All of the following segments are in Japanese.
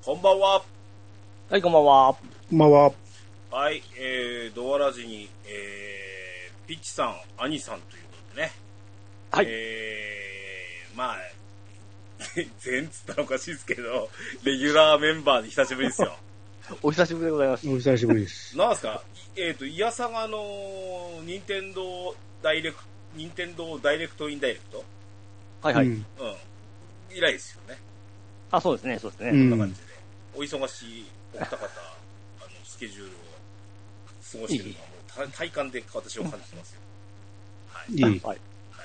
こんばんは。 はい、こんばんは。 こんばんは。 はい、ドアラジに、ピッチさん、兄さんということでね。 はい。 まあ、前つったらおかしいですけど、レギュラーメンバーで久しぶりですよ。 お久しぶりでございます。 お久しぶりです。 なんですか、イヤサガの任天堂ダイレクトインダイレクトはいはい。 以来ですよね。 あ、そうですね、そうですね。 こんな感じで。お忙しいお二方、スケジュールを過ごしているのはもう体感で私を感じてますよ。はい。 はい。 はい。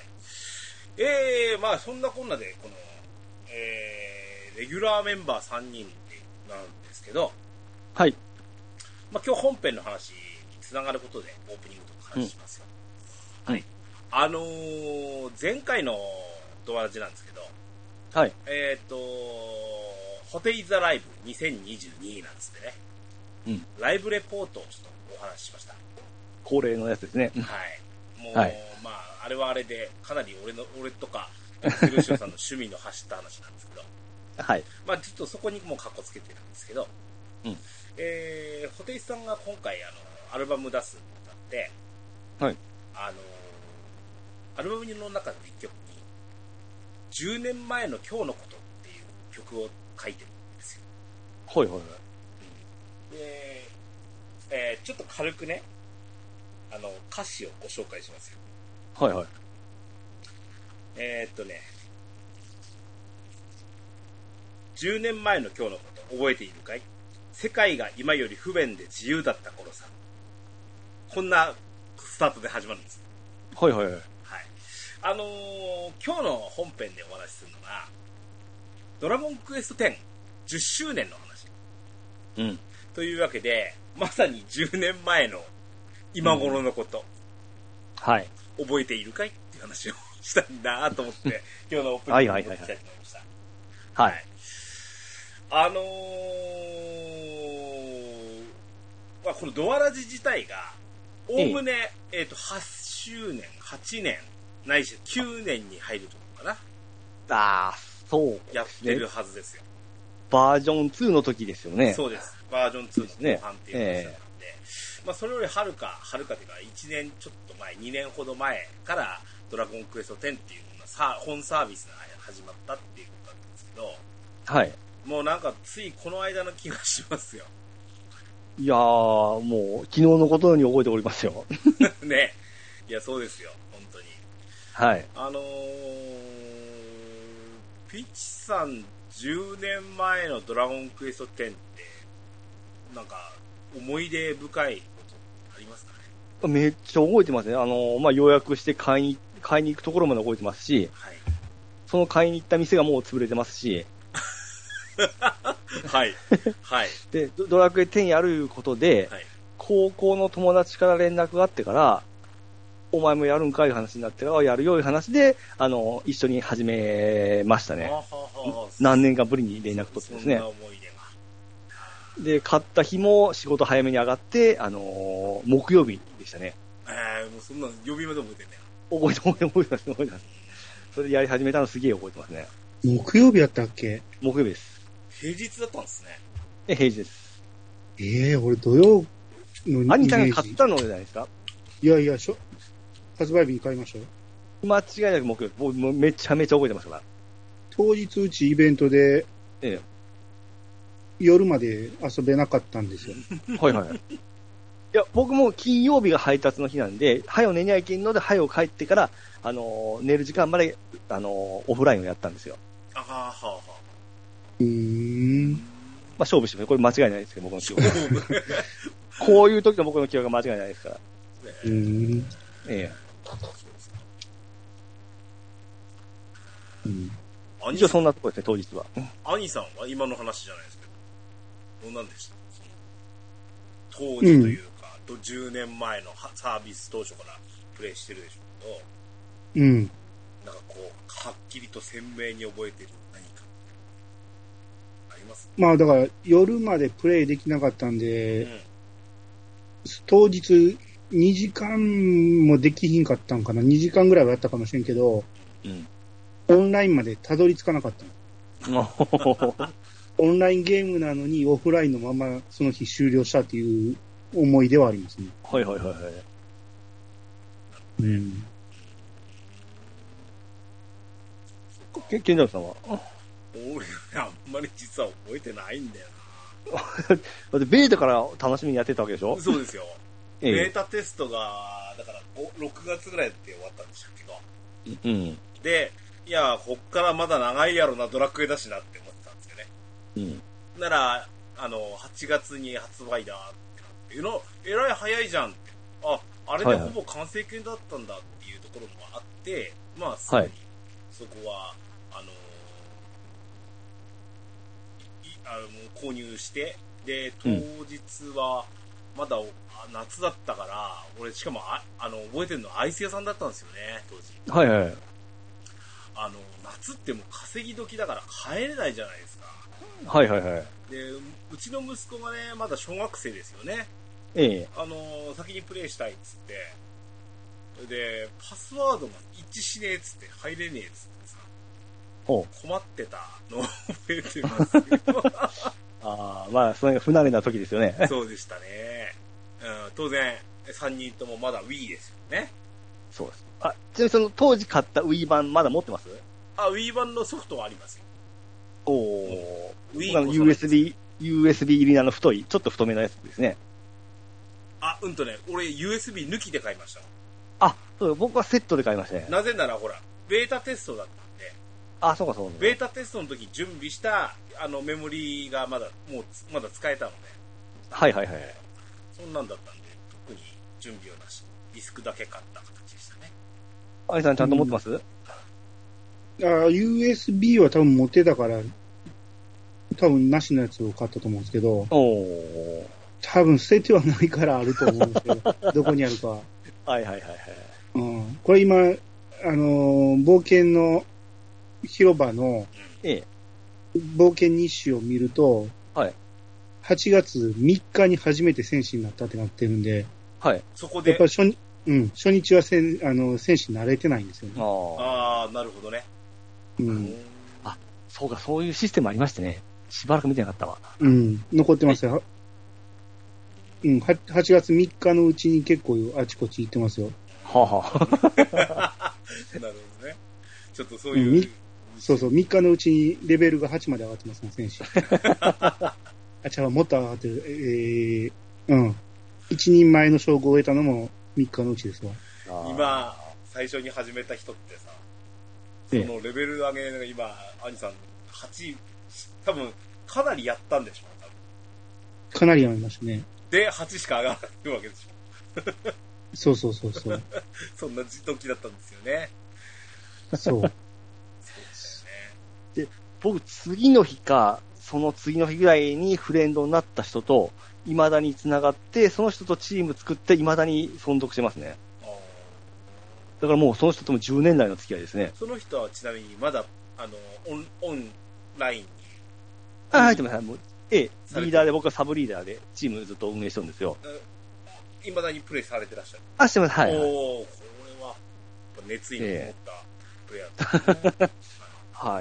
まあそんなこんなで、この、レギュラーメンバー3人なんですけど、 はい。 まあ今日本編の話につながることでオープニングとか話しますよ。はい。前回のドアラジなんですけど、 はい。 ホテイザライブ2022なんですね。 うん。 ライブレポートをちょっとお話ししました。 恒例のやつですね。 はい。もう、 はい、 まあ、あれはあれで、かなり俺とか、セルシオさんの趣味の走った話なんですけど、 はい。 まあ、ちょっとそこにもうカッコつけてるんですけど、 うん。 ホテイさんが今回、アルバム出すにあたって、 はい。 アルバムの中の一曲に、10年前の今日のことっていう曲を書いてるんですよ。 はいはいはい。 で、ちょっと軽くね、歌詞をご紹介しますよ。 はいはい。 10年前の今日のこと覚えているかい？世界が今より不便で自由だった頃さ。こんなスタートで始まるんです。 はいはいはい。 今日の本編でお話しするのが、ドラゴンクエスト10、10周年の話。 うん。 というわけで、まさに10年前の今頃のこと。 はい。 覚えているかいっていう話をしたいなと思って、今日のオープニングに行きたいと思いました。 はい。 まあ、このドアラジ自体が、おおむね、8周年、8年、ないし9年に入るところかな。 ああ、そう、ね。 やってるはずですよ。 バージョン2の時ですよね。 そうです。バージョン2の後半っていう話なんで、まあそれよりはるかというか1年ちょっと前、2年ほど前からドラゴンクエスト10っていうのが本サービスが始まったっていうことなんですけど、 はい。 もうなんかついこの間の気がしますよ。 いやー、もう昨日のことのように覚えておりますよ。 ね。いや、そうですよ。本当に。 はい。 ピッチさん10年前のドラゴンクエスト10って、なんか思い出深いことありますかね？ めっちゃ覚えてますね。まあ、予約して買いに行くところまで覚えてますし、 はい。 その買いに行った店がもう潰れてますし、 はい。はい。 で、ドラクエ10やることで、 はい、 高校の友達から連絡があってから、お前もやるんかいう話になってから、やるよいう話で、一緒に始めましたね。何年かぶりに連絡取ってですね。 そんな思い出が。 で、買った日も仕事早めに上がって、木曜日でしたね。 もうそんな曜日まで覚えてんね覚えてます。それでやり始めたのすげえ覚えてますね。 木曜日やったっけ？ 木曜日です。 平日だったんですね。 平日です。 俺土曜のイメージ。 兄さんが買ったのじゃないですか？ いやいや、発売日に買いましたよ。間違いなく木曜日。僕もめちゃめちゃ覚えてますから。 当日うちイベントで、夜まで遊べなかったんですよ。 はいはい。いや、僕も金曜日が配達の日なんで、早寝にゃいけんので、早帰ってから、寝る時間まで、オフラインをやったんですよ。 あははは。 まあ、勝負してます。これ間違いないですけど、僕の記憶。こういう時の僕の記憶が間違いないですから。一応そんなところですね、当日は。 兄さんは今の話じゃないですけど、どうなんでした？当時というか、10年前のサービス当初からプレイしてるでしょうけど、なんかこう、はっきりと鮮明に覚えてる何かあります？ まあだから夜までプレイできなかったんで、当日2時間もできひんかったんかな。2時間ぐらいはやったかもしれんけど、オンラインまでたどり着かなかったの。 オンラインゲームなのにオフラインのままその日終了したっていう思いではありますね。 はいはいはいはい。 うん。 ケンジャムさんは俺、あんまり実は覚えてないんだよな。だってベータから楽しみにやってたわけでしょ？ そうですよ。ベータテストが、だから6月ぐらいで終わったんでしたっけど。うん。で、いや、こっからまだ長いやろな、ドラクエだしなって思ってたんですよね。うん。なら、8月に発売だってなって、えらい早いじゃんって。あれでほぼ完成形だったんだっていうところもあって、まあ、すぐに、そこは、購入して、で、当日は、まだ夏だったから、俺しかも覚えてるのはアイス屋さんだったんですよね、当時。 はいはい。 夏ってもう稼ぎ時だから帰れないじゃないですか。 はいはいはい。 で、うちの息子がね、まだ小学生ですよね。先にプレイしたいっつって、で、パスワードが一致しねえっつって入れねえっつってさ、困ってたのを覚えてますよ。 まあ、それが不慣れな時ですよね。 そうでしたね。当然、3人ともまだ Wii ですよね。 そうです。ちなみにその当時買った Wii 版まだ持ってます ？Wii 版のソフトはありますよ。 USB 入りの太い、ちょっと太めのやつですね。 俺 USB 抜きで買いました。 そう僕はセットで買いましたね。 なぜならほら、ベータテストだったんで。 そうかそうか。 ベータテストの時準備したメモリがまだ使えたので。 はいはいはい。 そんなんだったんで、特に準備をなし、ディスクだけ買った形でしたね。 アイさんちゃんと持ってます？ USB は多分持ってたから、多分なしのやつを買ったと思うんですけど、多分捨ててはないからあると思うんですけど、どこにあるか。はいはいはいはい。 これ今、冒険の広場の、冒険日誌を見ると、8月3日に初めて戦士になったってなってるんで、 そこで。 やっぱり初日は戦士に慣れてないんですよね。 なるほどね。 そうか、そういうシステムありましてね。しばらく見てなかったわ。 残ってますよ。8月3日のうちに結構あちこち行ってますよ。 なるほどね。ちょっとそういう。 そう、3日のうちにレベルが8まで上がってますね、戦士。もっと上がってる。一人前の称号を得たのも3日のうちですわ。 今、最初に始めた人ってさ、そのレベル上げが今、兄さん、8、多分、かなりやったんでしょう、多分。 かなりやりましたね。 で、8しか上がらないわけでしょ。そう。 そんな時だったんですよね。 そう。 で、僕、次の日か、その次の日ぐらいにフレンドになった人と、未だに繋がって、その人とチーム作って、未だに存続してますね。だからもうその人とも10年来の付き合いですね。 その人はちなみにまだ、オンラインに。 入ってます。リーダーで僕はサブリーダーでチームずっと運営してるんですよ。 未だにプレイされてらっしゃる？ してます。はい。 これは、熱意の持ったプレイヤーですね。 はい。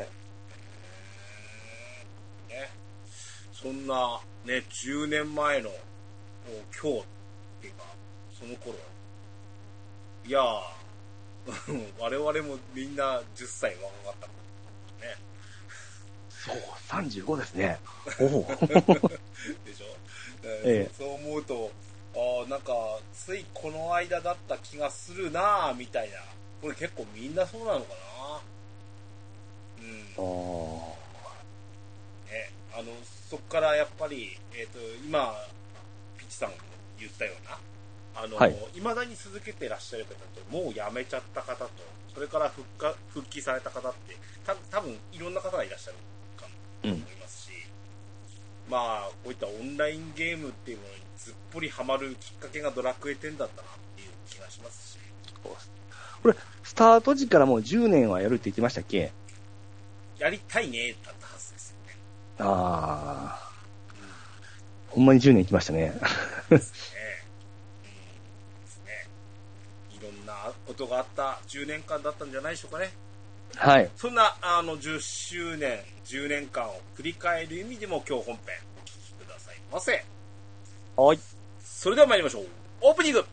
そんな、ね、10年前の、今日っていうか、その頃、いや我々もみんな10歳若かったね。 そう、35ですね。 でしょ、そう思うと、なんか、ついこの間だった気がするなぁ、みたいな。これ結構みんなそうなのかな。そっからやっぱり、今、ピッチさんが言ったような、未だに続けてらっしゃる方と、もう辞めちゃった方と、それから復帰された方って、多分いろんな方がいらっしゃるかと思いますし、まあ、こういったオンラインゲームっていうものにずっぽりハマるきっかけがドラクエ10だったなっていう気がしますし。 これ、スタート時からもう10年はやるって言ってましたっけ？ やりたいね、だったはずですよね。 ほんまに10年来ましたね。 ですね。いろんなことがあった10年間だったんじゃないでしょうかね。 はい。 そんな、10周年、10年間を振り返る意味でも今日本編お聞きくださいませ。 はい。 それでは参りましょう。オープニング。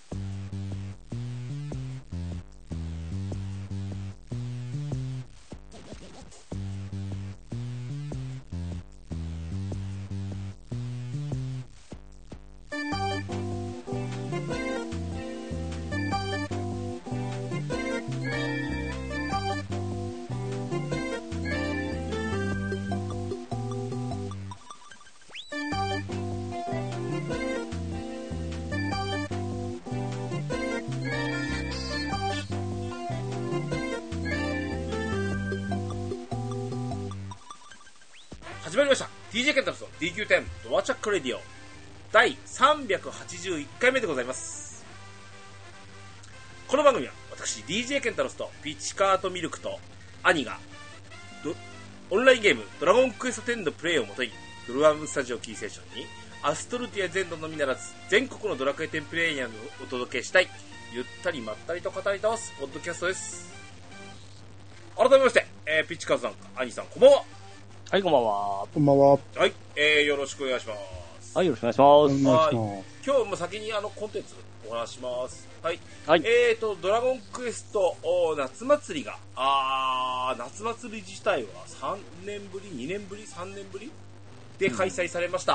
始まりました DJ ケンタロスの DQ10 ドアチャックレディオ第381回目でございます。この番組は私 DJ ケンタロスとピッチカートミルクと兄がオンラインゲームドラゴンクエスト10のプレイをもとにドルワームスタジオキーステーションにアストルティア全土のみならず全国のドラクエ10プレイヤーをお届けしたいゆったりまったりと語り倒すポッドキャストです。改めまして、ピッチカートさん兄さんこんばんは。 はい、こんばんは。 こんばんは。 はい、よろしくお願いします。 はい、よろしくお願いします。 今日も先にコンテンツお話します。はい。 はい。 ドラゴンクエスト夏祭りが、夏祭り自体は3年ぶり、2年ぶり、3年ぶりで開催されました。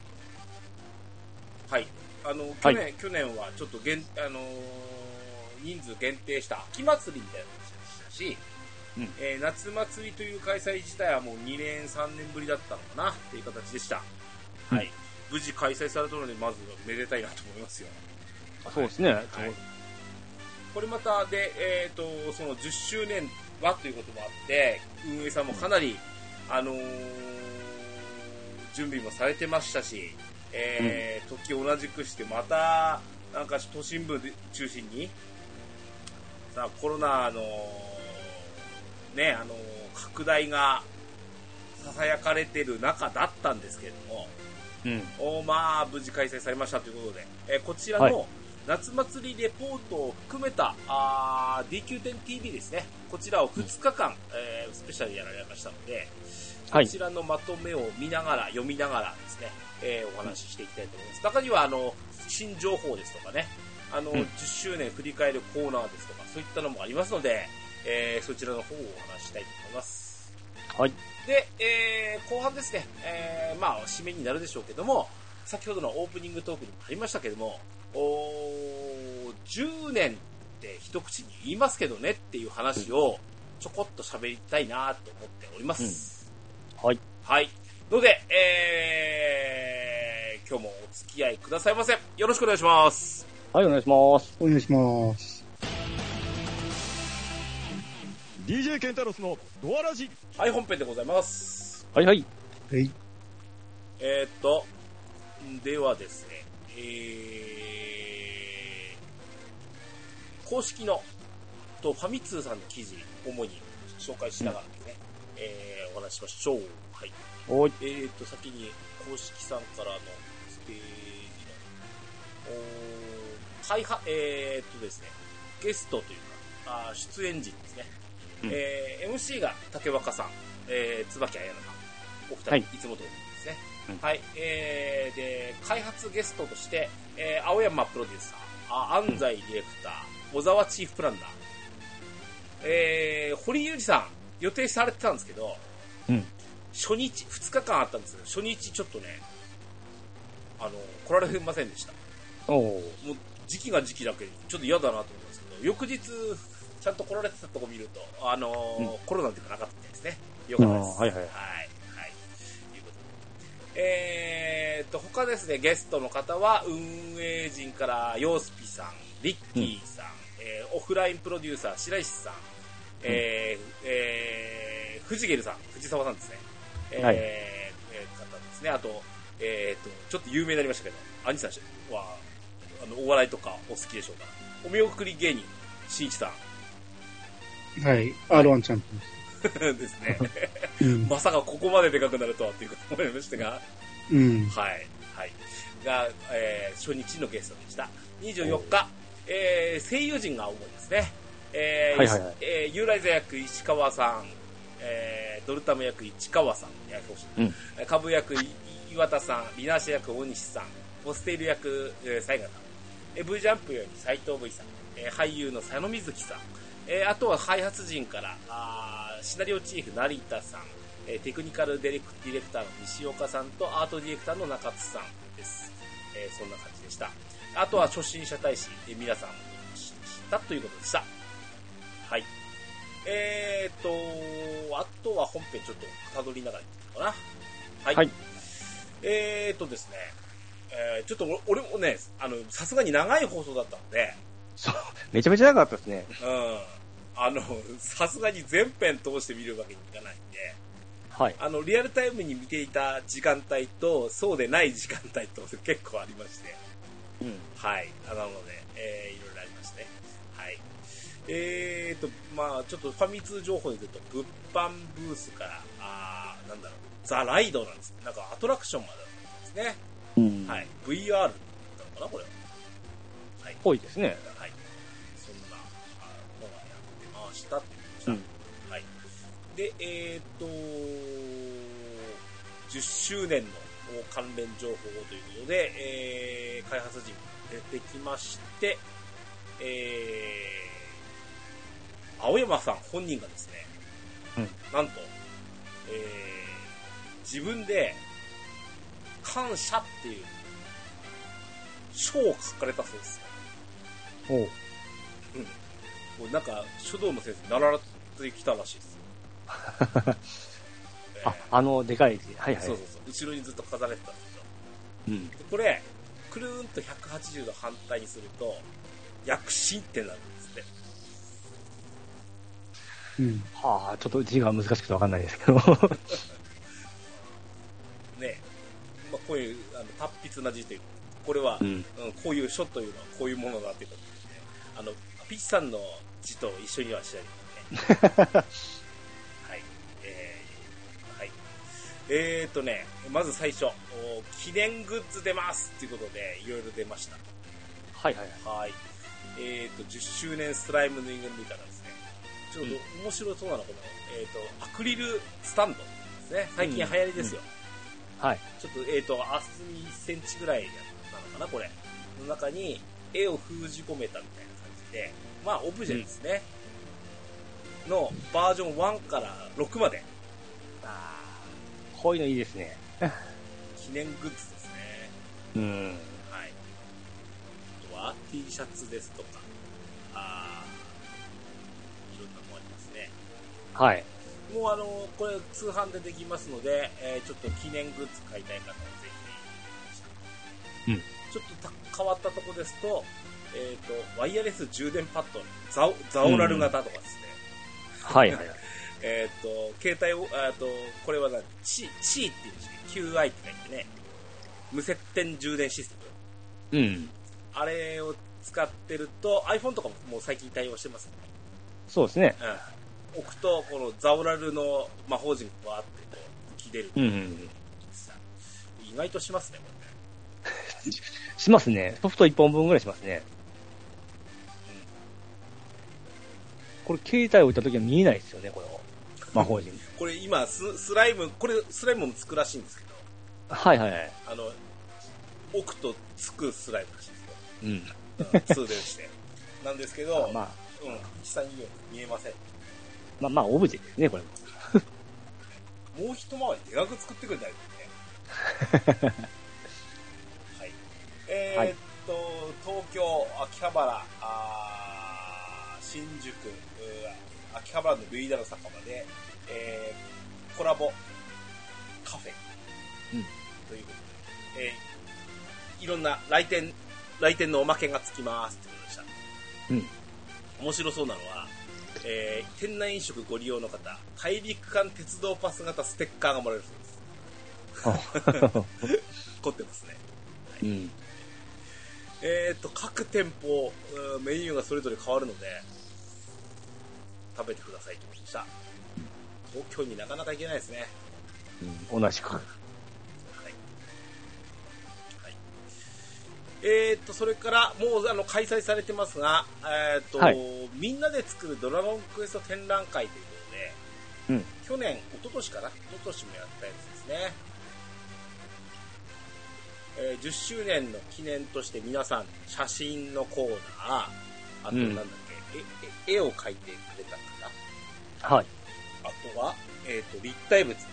はい。去年はちょっと人数限定した秋祭りみたいな話でしたし、夏祭りという開催自体はもう2年3年ぶりだったのかなっていう形でした。はい。無事開催されたのでまずめでたいなと思いますよ。 そうですね。はい。 これまたでその10周年はということもあって運営さんもかなり準備もされてましたし、時を同じくしてまたなんか都心部で中心にさあコロナのね、拡大が囁かれてる中だったんですけれども、まあ無事開催されましたということで、こちらの夏祭りレポートを含めた、DQ10TV ですね、こちらを2日間、スペシャルやられましたので、こちらのまとめを見ながら読みながらですね、お話ししていきたいと思います。中には新情報ですとかね、10周年振り返るコーナーですとかそういったのもありますので、そちらの方をお話ししたいと思います。 はい。 で、後半ですね、まあ締めになるでしょうけども、先ほどのオープニングトークにもありましたけども、10年って一口に言いますけどねっていう話をちょこっと喋りたいなと思っております。 はい。 はい。ので、今日もお付き合いくださいませ。よろしくお願いします。 はい、お願いします。 お願いします。 DJ ケンタロスのドアラジ。 はい、本編でございます。 はいはい。 はい。 ではですね、公式のファミ通さんの記事主に紹介しながらですね、お話ししましょう。はい。 おい。 先に公式さんからのステージのですね、ゲストというか出演陣ですね。MC が竹若さん、椿彩乃さん、お二人、はい、いつも通りですね。はい。で、開発ゲストとして、青山プロデューサー、安西ディレクター、小沢チーフプランナー、堀裕二さん、予定されてたんですけど、初日、2日間あったんですけど、初日ちょっとね、来られませんでした。もう、時期が時期だけに、ちょっと嫌だなと思うんですけど、翌日、ちゃんと来られてたとこ見ると、コロナではなかったみたいですね。よかったです。 はいはい。 はい。はい。ということで。他ですね、ゲストの方は、運営陣から、ヨースピさん、リッキーさん、オフラインプロデューサー、白石さん、フジゲルさん、藤沢さんですね。方ですね。あと、ちょっと有名になりましたけど、兄さんは、お笑いとかお好きでしょうか。お見送り芸人、しんいちさん。 はい、R1 チャンピオンですね。まさかここまででかくなるとはっていうこと思いましたが、はい、はい。が、初日のゲストでした。24日、声優陣が主にですね、 ユーライザ役石川さん、ドルタム役市川さん、株役岩田さん、リナーシャ役大西さん、ポステイル役西賀さん、V ジャンプより斉藤 V さん、俳優の佐野瑞希さん、あとは開発陣からシナリオチーフ成田さん、テクニカルディレクターの西岡さんとアートディレクターの中津さんです。そんな感じでした。あとは初心者大使、皆さんもしたということでした。はい。あとは本編ちょっとたどりながらいってみようかな。はい。はい、ですね、ちょっと俺もね、さすがに長い放送だったので、 そう、めちゃめちゃ長かったですね。 さすがに全編通して見るわけにいかないんで、 はい。 リアルタイムに見ていた時間帯と、そうでない時間帯と結構ありまして、うん。はい。なので、いろいろありましてね。はい。まあちょっとファミ通情報で言うと、物販ブースから、なんだろう、ザ・ライドなんです。なんかアトラクションまでだったんですね。うん。はい。VR だったのかな、これは。はい。 ぽいですね。 はい。そんなのがやってましたって言いました。うん、はい。で、10周年の関連情報ということで、開発陣が出てきまして、青山さん本人がですね、うん、なんと、自分で感謝っていう書を書かれたそうですよ。 おう。 うん。なんか書道の先生習ってきたらしいですよ。 でかい字、はいはい。 そうそうそう。後ろにずっと飾られてたんですよ。うん。でこれくるーんと180度反対にすると躍進ってなるんですね。 うん。はあ、ちょっと字が難しくて分かんないですけど。 ね、まあ、こういう達筆な字というこれは、こういう書というのはこういうものだっていうことで、ね、ピッチさんの字と一緒にはしないですね。はい。まず最初、記念グッズ出ますっていうことでいろいろ出ました。 はいはいはい。10周年スライムぬいぐるみからですね、ちょっと面白そうなのこの、アクリルスタンドですね。最近流行りですよ。 はい。 ちょっと厚み1センチぐらいなのかなこれの中に絵を封じ込めたみたいな感じで、まあオブジェですね。のバージョン1から6まで。 こういうのいいですね。 記念グッズですね。はい。あとは T シャツですとか、いろんなものありますね。 はい。 もうこれ通販でできますので、ちょっと記念グッズ買いたい方はぜひ、ちょっと変わったとこですと、ワイヤレス充電パッド、ザオラル型とかですね。 はいはい。 携帯を、これはC っていう字、QI って書いてね、無接点充電システム。うん。あれを使ってると、iPhone とかももう最近対応してますね。 そうですね。 置くと、このザオラルの魔法陣がわーってこう、浮き出る。意外としますね、これね。しますね。ソフト1本分ぐらいしますね。これ、携帯置いたときは見えないですよね、この魔法陣。 これ今、スライムもつくらしいんですけど。 はいはいはい。 置くとつくスライムらしいですよ。通電して。なんですけど、まあ、実際に見えません。 まあ、オブジェですね、これも。もう一回りでかく作ってくれたりね。はい。東京、秋葉原、新宿、秋葉原のルイダの酒場で、コラボカフェ、ということで、いろんな来店のおまけがつきますってことでした。面白そうなのは、店内飲食ご利用の方、大陸間鉄道パス型ステッカーがもらえるそうです。凝ってますね。はい。各店舗、メニューがそれぞれ変わるので、食べてくださいと思いました。東京になかなか行けないですね。 同じく。はい。 はい。 それからもう開催されてますが、みんなで作るドラゴンクエスト展覧会ということで、去年、一昨年かな、一昨年もやったやつですね。10周年の記念として皆さん写真のコーナー、あとなんだっけ、絵を描いてくれた方、 はい。 あとは立体物、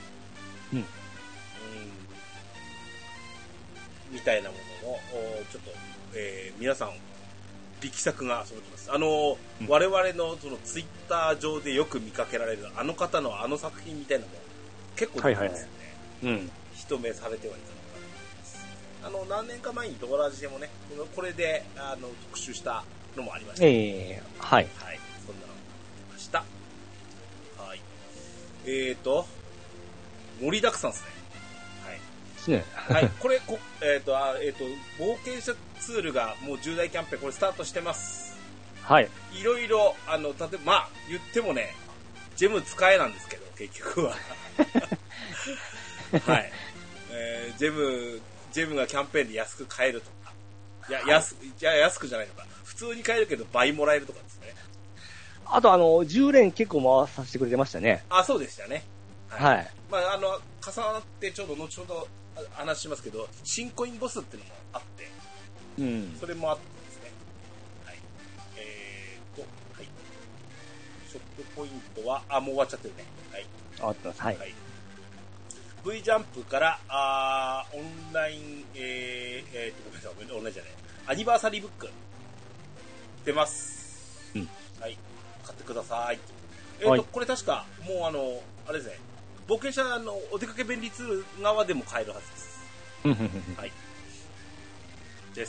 みたいなもののちょっと、皆さん力作が揃ってます。我々のそのツイッター上でよく見かけられるあの方のあの作品みたいなのも結構出てますよね。一目されてはいたのかなと思います。何年か前にドラジでもね、これで特集したのもありました。はい。はい。そんなのもありました。はい。盛りだくさんですね。はい、これ冒険者ツールがもう重大キャンペーンこれスタートしてます。 はい。 いろいろ例えばまあ言ってもねジェム使えなんですけど結局ははい。ジェムがキャンペーンで安く買えるとか、安くじゃないのか、普通に買えるけど倍もらえるとかですね。 あと10連結構回させてくれてましたね。 そうでしたね。 はい。 まあ重なってちょうど後ほど話しますけど、新コインボスっていうのもあって、それもあってですね。はい。はい。ショップポイントはもう終わっちゃってるね。はい。 終わってます。はい。 V ジャンプからオンラインごめんなさい、オンラインじゃない。アニバーサリーブック出ます。はい。買ってください。これ確かもうあれですね。冒険者お出かけ便利ツール側でも買えるはずです。はい。です。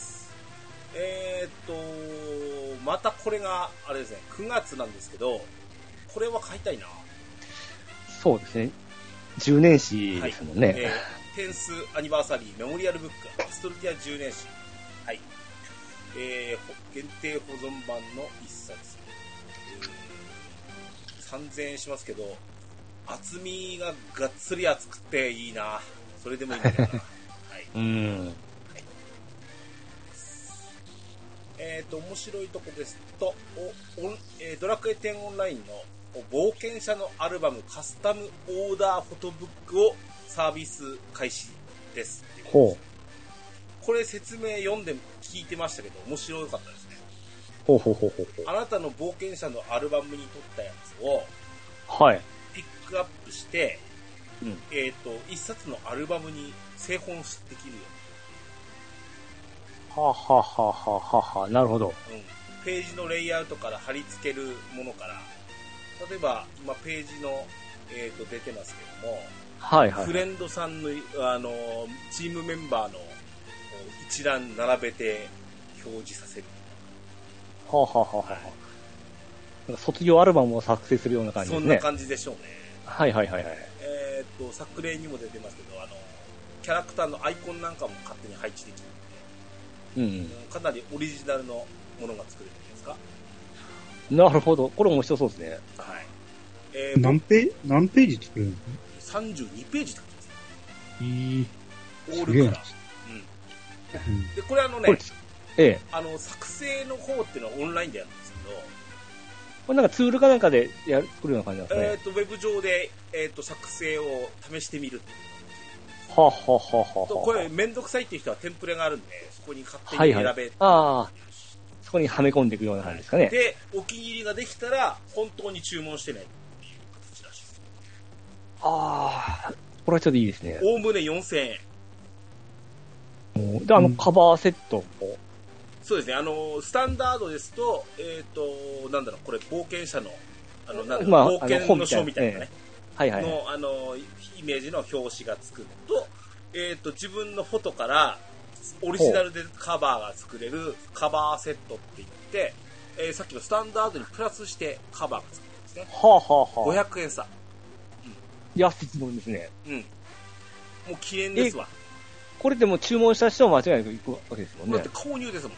またこれがあれですね、9月なんですけど、これは買いたいな。 そうですね。10年史ですもんね。 テンスアニバーサリーメモリアルブックアストルティア10年史。はい。限定保存版の一冊。3000円しますけど。厚みががっつり厚くていいな。それでもいいんだけどな。はい。面白いとこですと、ドラクエ10オンラインの冒険者のアルバムカスタムオーダーフォトブックをサービス開始です。これ説明読んで聞いてましたけど面白かったですね。あなたの冒険者のアルバムに撮ったやつを、 はい。 ピックアップして、一冊のアルバムに製本できるように。なるほど。 ページのレイアウトから貼り付けるものから、例えば今ページの出てますけども、フレンドさんのチームメンバーの一覧並べて表示させる。 卒業アルバムを作成するような感じですね。 そんな感じでしょうね。作例にも出てますけど、キャラクターのアイコンなんかも勝手に配置できるので、かなりオリジナルのものが作れるんですか。 なるほど。これ面白そうですね。 はい。 何ページ作れるの ？32ページってことですね。オールから。で、これ作成の方っていうのはオンラインでやるんですけど、 これなんかツールかなんかで作るような感じなんですかね。 ウェブ上で、作成を試してみるっていう。これめんどくさいっていう人はテンプレがあるんで、そこに勝手に選べ、 そこにはめ込んでいくような感じですかね。 で、お気に入りができたら本当に注文してねっていう形らしいです。 これはちょっといいですね。 おおむね4000円。 で、カバーセットも。 そうですね。スタンダードですと、なんだろう、これ冒険者の冒険の書みたいなね、のイメージの表紙がつくのと、自分のフォトからオリジナルでカバーが作れるカバーセットって言って、さっきのスタンダードにプラスしてカバーが作れるんですね。500円差。 安いもんですね。 もう記念ですわ。 これでも注文した人は間違いなく行くわけですもんね。 だって購入ですもん。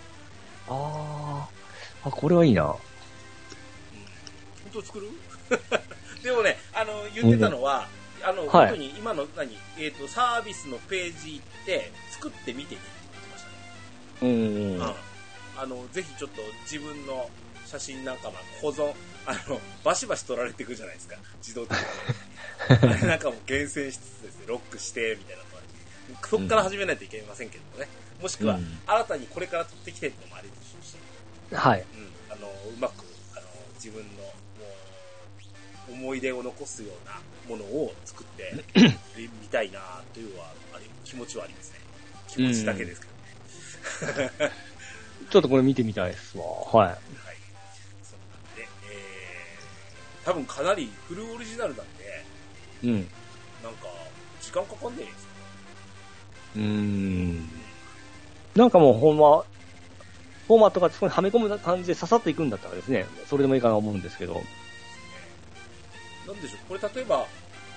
これはいいな。本当作る？でもね、言ってたのは、本当に今のサービスのページ行って作ってみてって言ってましたね。 ぜひちょっと自分の写真仲間保存、バシバシ撮られていくじゃないですか、自動的に。あれなんかも厳選しつつですね、ロックしてみたいな感じ。そこから始めないといけませんけどもね。もしくは、新たにこれから撮ってきてっていうのもありでしょうし。 はい。 うまく、自分の、もう、思い出を残すようなものを作ってみたいなというのは、気持ちはありますね。気持ちだけですけどね。 ちょっとこれ見てみたいですわ。はい。はい。 そうなんで、多分かなりフルオリジナルなんで、なんか、時間かかんねえですか？ なんかもうほんま、フォーマットがそこにはめ込む感じでささっといくんだったらですね、それでもいいかなと思うんですけど。 なんでしょう、これ例えば、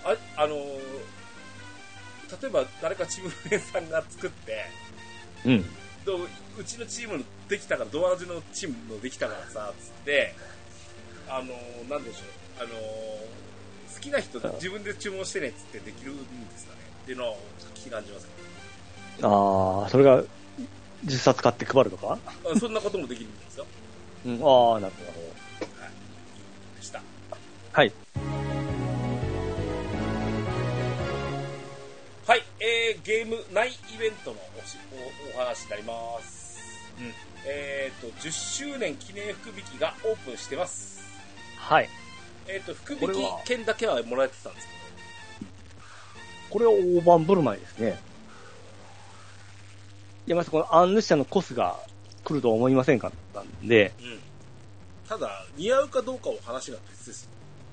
例えば誰かチームメンさんが作って、うちのチームのできたから、ドアラジのチームのできたからさ、つって、なんでしょう、好きな人自分で注文してねっつってできるんですかねっていうのを気が感じますね。 それが10冊買って配るとか？ そんなこともできるんですよ。 なるほど。はい。 でした。 はい。 はい、ゲーム内イベントのお話になります。10周年記念福引きがオープンしてます。 はい。 福引き券だけはもらえてたんですけど。 これは大盤振る舞いですね。いや、まずこのアンヌシャのコスが来るとは思いませんかったんで。 ただ、似合うかどうかを話が別です。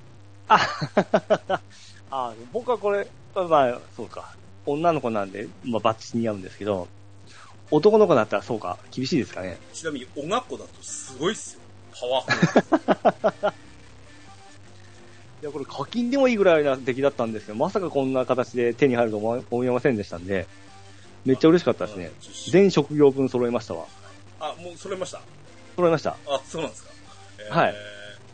僕はこれ、まあ、そうか。女の子なんで、まあ、バッチリ似合うんですけど、男の子だったらそうか、厳しいですかね。 ちなみに、おがっこだとすごいっすよ。パワフル。 いや、これ課金でもいいぐらいな出来だったんですけど、まさかこんな形で手に入ると思いませんでしたんで、めっちゃ嬉しかったですね。全職業分揃えましたわ。 もう揃えました？ 揃えました。 そうなんですか。 はい。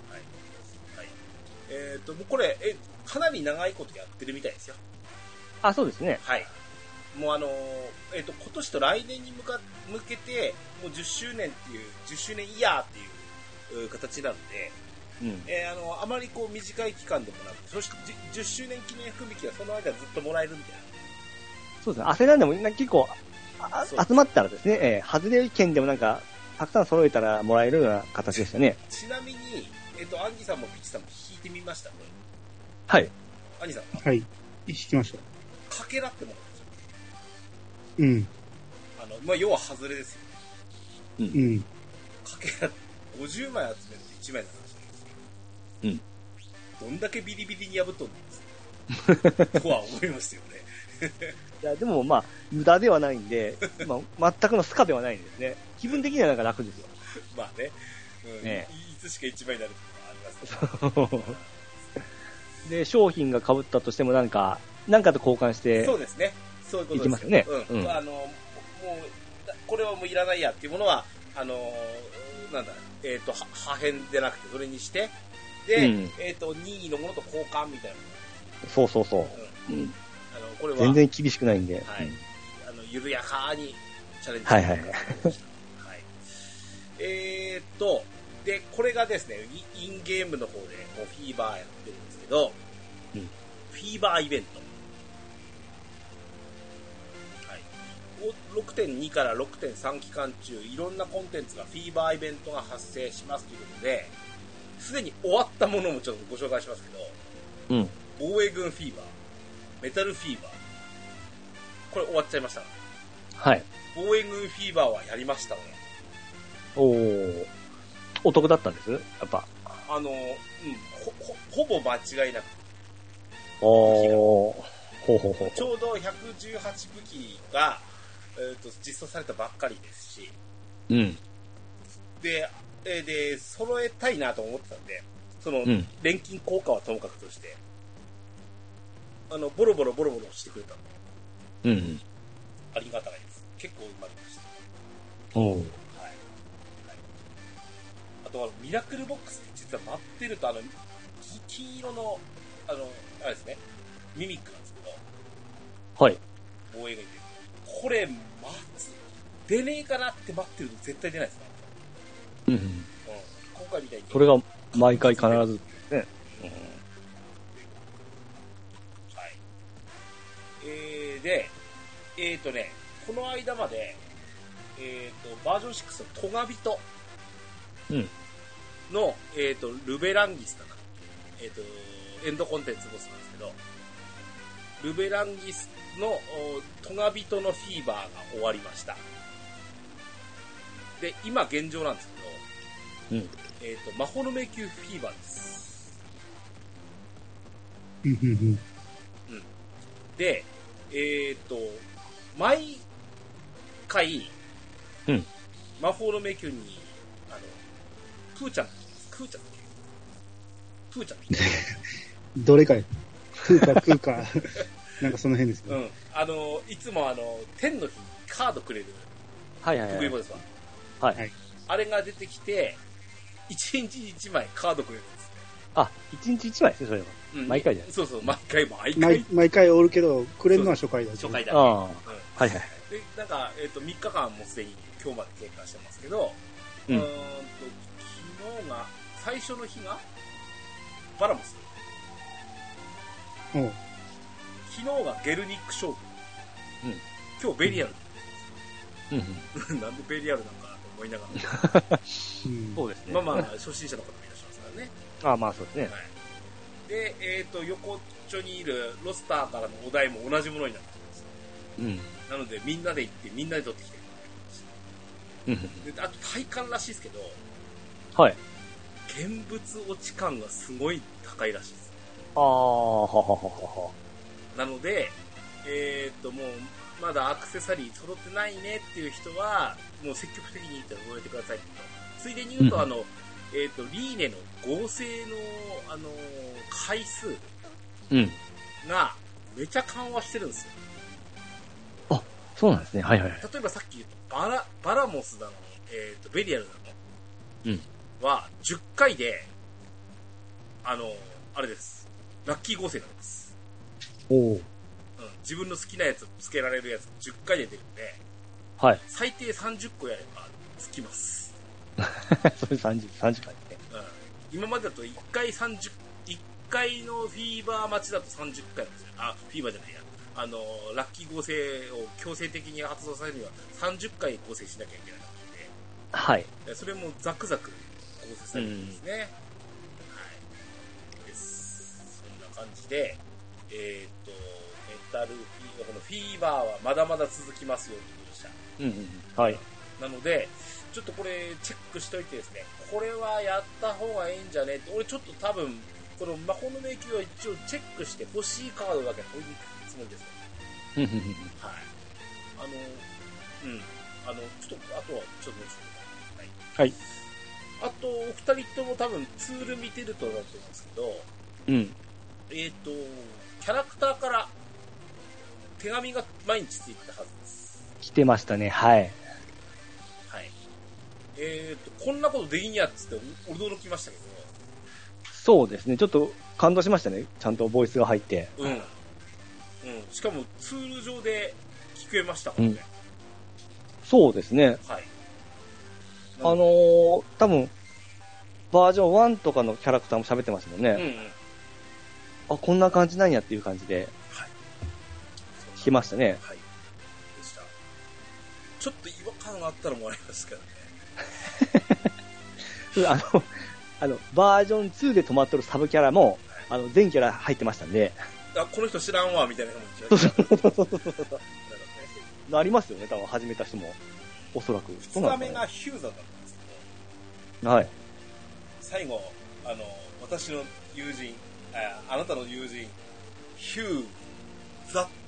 もうこれ、かなり長いことやってるみたいですよ。 そうですね。 はい。もう今年と来年に向けて、もう10周年っていう、10周年イヤーっていう形なので、あまりこう短い期間でもなくて、そして10周年記念福引きはその間ずっともらえるみたいな。 そうですね。焦らんでも結構集まったらですね、外れ券でもなんか、たくさん揃えたらもらえるような形でしたね。 ちなみに、アンジさんもピッチさんも引いてみましたね。 はい。 アンジさんはい。引きました。 かけらってもんですよ。まあ、要は外れですよ。かけら50枚集めると1枚の話なんですよ。どんだけビリビリに破っとんですとは思いますよね。 いや、でもまあ、無駄ではないんで、全くのスカではないんですね。気分的にはなんか楽ですよ。 まあね。いつしか1枚になるとかありますね。 で、商品が被ったとしてもなんかと交換して。 そうですね。そういうことです。いきますよね。 もう、これはもういらないやっていうものは、なんだ、破片でなくて、それにして、で、任意のものと交換みたいな。 そう。これは全然厳しくないんで。 はい。緩やかにチャレンジしてください。 で、これがですね、インゲームの方で、もうフィーバーやってるんですけど、フィーバーイベント。6.2 から 6.3 期間中、いろんなコンテンツがフィーバーイベントが発生しますということで、すでに終わったものもちょっとご紹介しますけど、防衛軍フィーバー、メタルフィーバー、これ終わっちゃいました。 はい。 防衛軍フィーバーはやりましたね。 お得だったんです？やっぱ。 ほぼ間違いなく。 ちょうど118武器が、実装されたばっかりですし、で、揃えたいなと思ってたんで、その、錬金効果はともかくとして、ボロボロしてくれたんで、ありがたいです。結構埋まりました。はい。あとは、ミラクルボックスって実は待ってると、金色の、あれですね、ミミックなんですけど、 はい。 防衛軍で。これ、待つ。 出ねえかなって待ってると絶対出ないですから。今回みたいに。 それが毎回必ずね。はい。 で、この間まで、バージョン6のトガビトの、ルベランギスかな。エンドコンテンツボスなんですけど、ルベランギスのトガビトのフィーバーが終わりました。で、今現状なんですけど、魔法の迷宮フィーバーです。で、毎回、魔法の迷宮に、プーちゃんが来ます。プーちゃんどれかいプーか。なんかその辺ですね。 いつも天の日にカードくれる。得意ボですわ。はい。あれが出てきて、1日1枚カードくれるんですね。 あ、1日1枚ですね、それは。毎回じゃない。 そう、毎回おるけど、くれるのは初回だけ。 初回だけ。で、 なんか、3日間もすでに今日まで経過してますけど、昨日が、最初の日が、バラモス。昨日がゲルニック将軍。今日ベリアル。なんでベリアルなんかなと思いながら。 そうですね。 まあ、初心者の方もいらっしゃいますからね。 そうですね。 で、横っちょにいるロスターからのお題も同じものになってます。なので、みんなで行って、みんなで取ってきてで、あと体感らしいですけど、 はい。 現物落ち感がすごい高いらしいです。なので、もう、まだアクセサリー揃ってないねっていう人は、もう積極的に覚えてくださいと。ついでに言うと、リーネの合成の、回数がめちゃ緩和してるんですよ。 あ、そうなんですね。はいはい。 例えばさっき言ったバラモスだの、ベリアルだの、は10回で、あれです。ラッキー合成なんです。自分の好きなやつつけられるやつ10回で出るんで、 はい。 最低30個やればつきます。 それ30回ね。 今までだと1回のフィーバー待ちだと30回なんですよ。フィーバーじゃないや。ラッキー合成を強制的に発動させるには30回合成しなきゃいけないので、 はい。 それもザクザク合成されるんですね。はい。です。そんな感じで、メタルフィーバーはまだまだ続きますよということでした。 はい。 なので、ちょっとこれチェックしといてですね、これはやった方がいいんじゃねって、俺ちょっと多分、この魔法の迷宮は一応チェックして欲しいカードだけ取りに行くつもりですよ。はい。ちょっと、あとはちょっと後ほど。はい。あと、お二人とも多分ツール見てると思うんですけど、キャラクターから手紙が毎日ついてたはずです。 来てましたね、はい。 はい。こんなことできんやっつって驚きましたけど。 そうですね、ちょっと感動しましたね、ちゃんとボイスが入って。 しかもツール上で聞けましたからね。 そうですね。 はい。 多分、バージョン1とかのキャラクターも喋ってましたもんね。こんな感じなんやっていう感じで、聞きましたね。 はい。でした。ちょっと違和感があったのもありますけどね。 バージョン2で止まっとるサブキャラも、全キャラ入ってましたんで。 この人知らんわ、みたいな感じで。 なりますよね、多分始めた人も。おそらく。 2日目がヒューザだったんですけど。 はい。 最後、私の友人、あなたの友人、ヒューザって、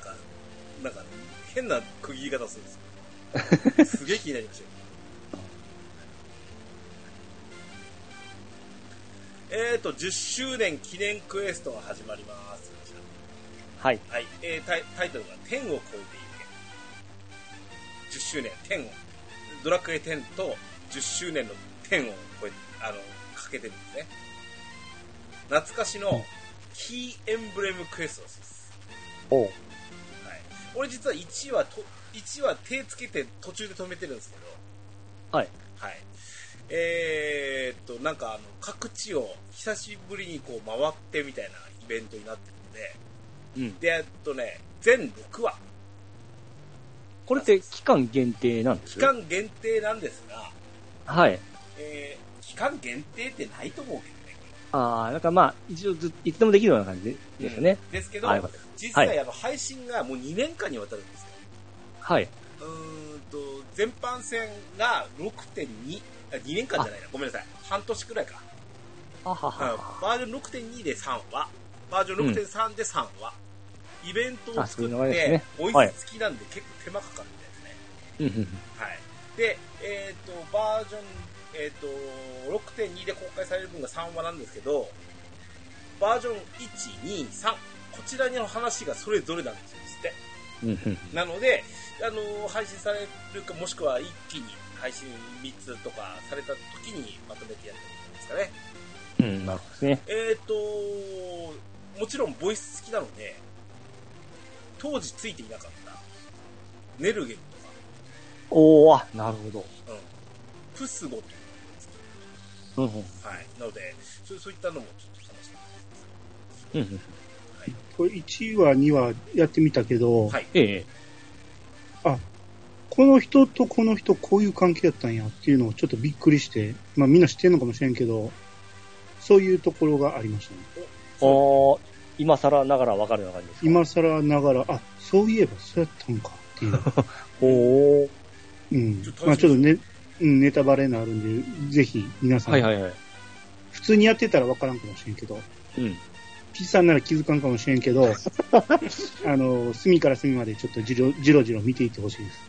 なんか、変な区切り方するんですよ。すげえ気になりましたよ。10周年記念クエストが始まります。 はい。 はい。タイトルが天を超えていけ。10周年、天を。ドラクエ10と10周年の天を超えて、かけてるんですね。懐かしのキーエンブレムクエストです。 おう。はい。 俺実は1話手つけて途中で止めてるんですけど。 はい。 はい。なんか各地を久しぶりにこう回ってみたいなイベントになってるので、で、全6話。 これって期間限定なんですか？ 期間限定なんですが、 はい。 期間限定ってないと思うけどね。 なんかまあ、一応いつでもできるような感じですよね。 ですけど、実際配信がもう2年間にわたるんですよ。 はい。 前半戦が 6.2、2年間じゃないな、ごめんなさい。半年くらいか。バージョン 6.2 で3話、バージョン 6.3 で3話。イベントを作って、ボイス付きなんで結構手間かかるみたいですね。はい。で、バージョン、6.2 で公開される分が3話なんですけど、バージョン1、2、3、こちらの話がそれぞれなんですよ、って。なので、配信されるか、もしくは一気に配信3つとかされた時にまとめてやってるんですかね。 なるほどですね。 もちろんボイス付きなので、当時ついていなかったネルゲルとか。 なるほど。 プスゴというのが付き。はい。なので、そういったのもちょっと話してみます。 はい。これ1話、2話やってみたけど、 はい。 この人とこの人こういう関係やったんやっていうのをちょっとびっくりして、まあみんな知ってるのかもしれんけど、そういうところがありましたね。 今更ながら分かるような感じですか？ 今更ながら、そういえばそうやったんかっていう。まあちょっとネタバレになるんで、ぜひ皆さん、普通にやってたら分からんかもしれんけど、ピッさんなら気づかんかもしれんけど、隅から隅までちょっとじろじろ見ていってほしいです。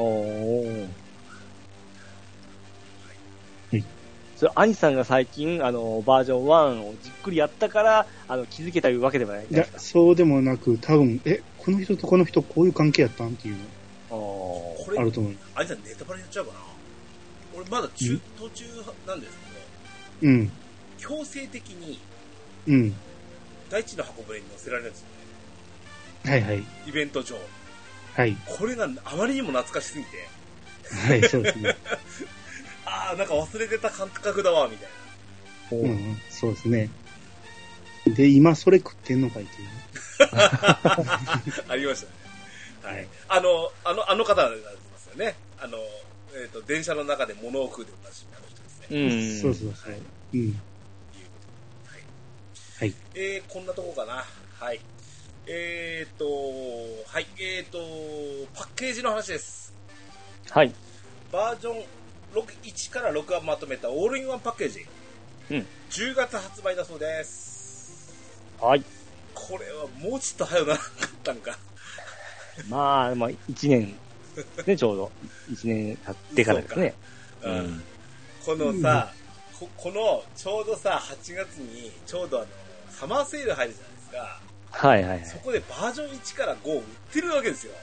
それ、兄さんが最近、バージョン1をじっくりやったから、気づけたいうわけではないですか？ いや、そうでもなく、多分、この人とこの人こういう関係やったんっていうの、あると思う。 兄さんネタバレやっちゃうかな？俺まだ途中なんですけど、強制的に、大地の箱舟に乗せられるんですよね。 はいはい。 イベント上。 はい。 これがあまりにも懐かしすぎて。 はい、そうですね。 なんか忘れてた感覚だわ、みたいな。 そうですね。で、今それ食ってんのかいっていう。 ありましたね。はい。あの方なんですよね。電車の中で物を食うでおなじみの人ですね。 そうそうそう。はい。 こんなとこかな。はい。パッケージの話です。 はい。 バージョン1から6がまとめたオールインワンパッケージ。10月発売だそうです。 はい。 これはもうちょっと早くならなかったのか。 まあ、1年ですね、ちょうど。1年経ってからですね。 このさ、この、ちょうどさ、8月に、ちょうどサマーセール入るじゃないですか。 はいはいはい。 そこでバージョン1から5を売ってるわけですよ。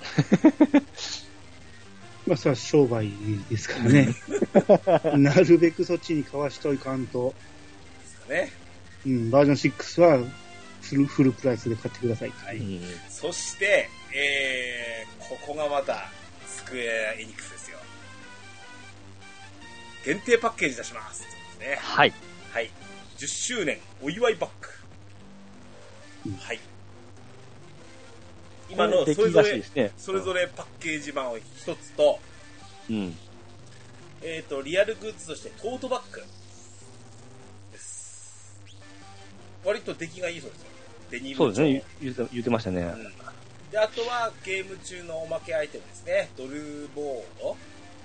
まあ、それは商売ですからね。なるべくそっちにかわしといかんと。 ですかね。 バージョン6はフルプライスで買ってください。はい。 そして、ここがまた、スクエアエニックスですよ。限定パッケージ出します。ですね。 はい。 はい。10周年お祝いバッグ。はい。今のそれぞれパッケージ版を一つと、リアルグッズとしてトートバッグです。割と出来がいいそうですよ。デニムそうですね、言ってましたね。 で、あとはゲーム中のおまけアイテムですね。ドルボード、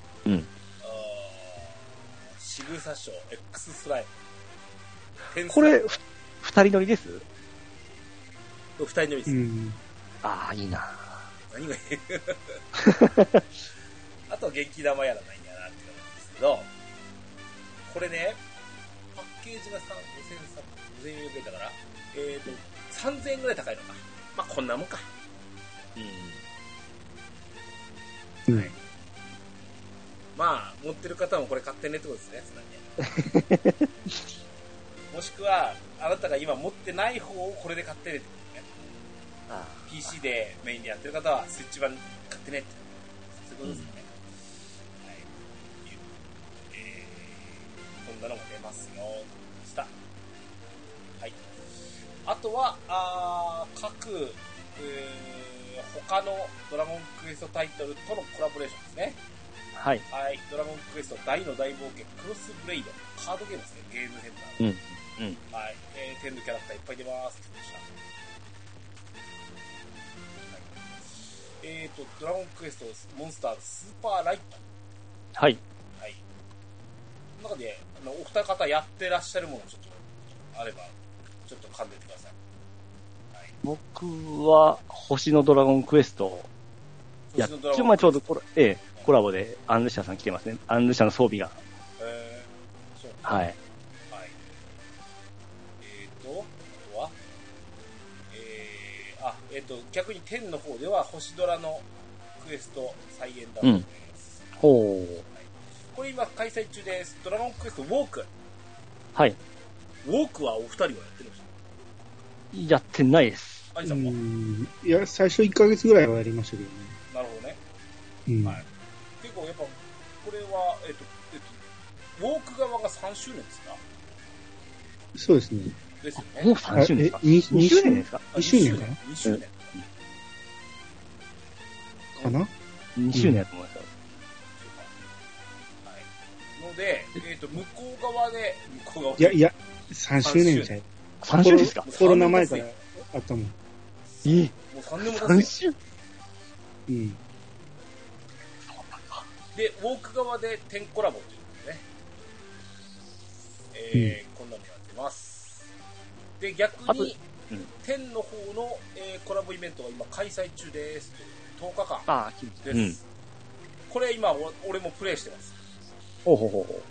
シグサショー、X スライム。 これ、二人乗りです？ 二人乗りです。 いいな。 何がいいあとは元気玉やらないんやなって思うんですけど、これね、パッケージが5000円ぐらいだから、3000円ぐらい高いのか。まあ、こんなもんか。はい。まあ、持ってる方もこれ買ってねってことですね、つまりね。もしくは、あなたが今持ってない方をこれで買ってねってことね。 PC でメインでやってる方はスイッチ版買ってねって、そういうことですね。はい。こんなのが出ますよ。した。はい。あとは、各、他のドラゴンクエストタイトルとのコラボレーションですね。 はい。 はい。ドラゴンクエスト大の大冒険クロスブレイド。カードゲームですね。ゲームセンター。はい。10のキャラクターいっぱい出ますって言ってました。はい。ドラゴンクエストモンスターズスーパーライト。 はい。 はい。この中で、お二方やってらっしゃるものちょっと、あれば、ちょっと噛んでってください。はい。 僕は、星のドラゴンクエスト。ちょうどコラボでアンルシャさん来てますね。アンルシャの装備が。 そう。 はい。はい。 あとは逆に10の方では星ドラのクエスト再現だと思います。 ほう。 はい、これ今開催中です。ドラゴンクエストウォーク。 はい。 ウォークはお二人はやってるんですか？ やってないです。 アニさんも？ いや、最初1ヶ月ぐらいはやりましたけどね。 なるほどね。はい。結構やっぱ、これは、ウォーク側が3周年ですか？ そうですね。 ですよね。 もう3周年ですか ？2 周年ですか ？2周年かな ?2 周年。 かな ?2 周年やと思いますよ。 はい。ので、向こう側で、 いや、3周年じゃん。 3周年ですか？ コロナ前からあったもん。 もう3年も経つよ。で、ウォーク側で10コラボということでね。こんなのやってます。で、逆に、10の方の、コラボイベントが今開催中です。10日間です。これ今、俺もプレイしてます。 ほうほうほうほう。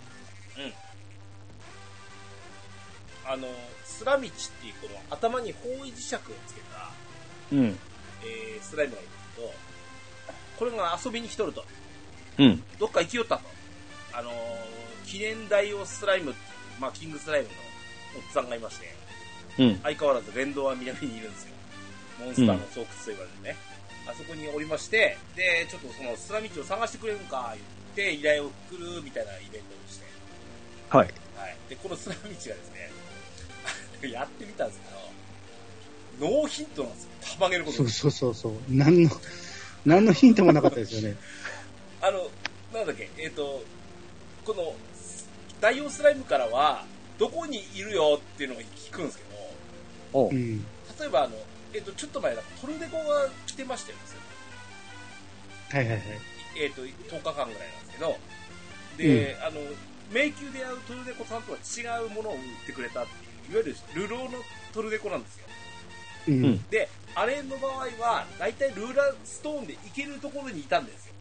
スラミチっていうこの頭に方位磁石をつけた、スライムがいるんですけど、これが遊びに来とると。どっか行きよったと。記念大王スライム、キングスライムのおっさんがいまして、相変わらず連動は南にいるんですよ。モンスターの巣窟と言われるね。あそこにおりまして、で、ちょっとそのスラミチを探してくれるんか、言って依頼を送るみたいなイベントをして。 はい。 はい。で、このスラミチがですね、やってみたんですけど、ノーヒントなんですよ。たまげること。 そう。何のヒントもなかったですよね。 なんだっけ、この、大王スライムからは、どこにいるよっていうのを聞くんですけど、例えばちょっと前だとトルデコが来てましたよね。 はい。 10日間ぐらいなんですけど、で、迷宮で会うトルデコさんとは違うものを売ってくれたっていう、いわゆる流浪のトルデコなんですよ。で、あれの場合は、だいたいルーラーストーンで行けるところにいたんですよ。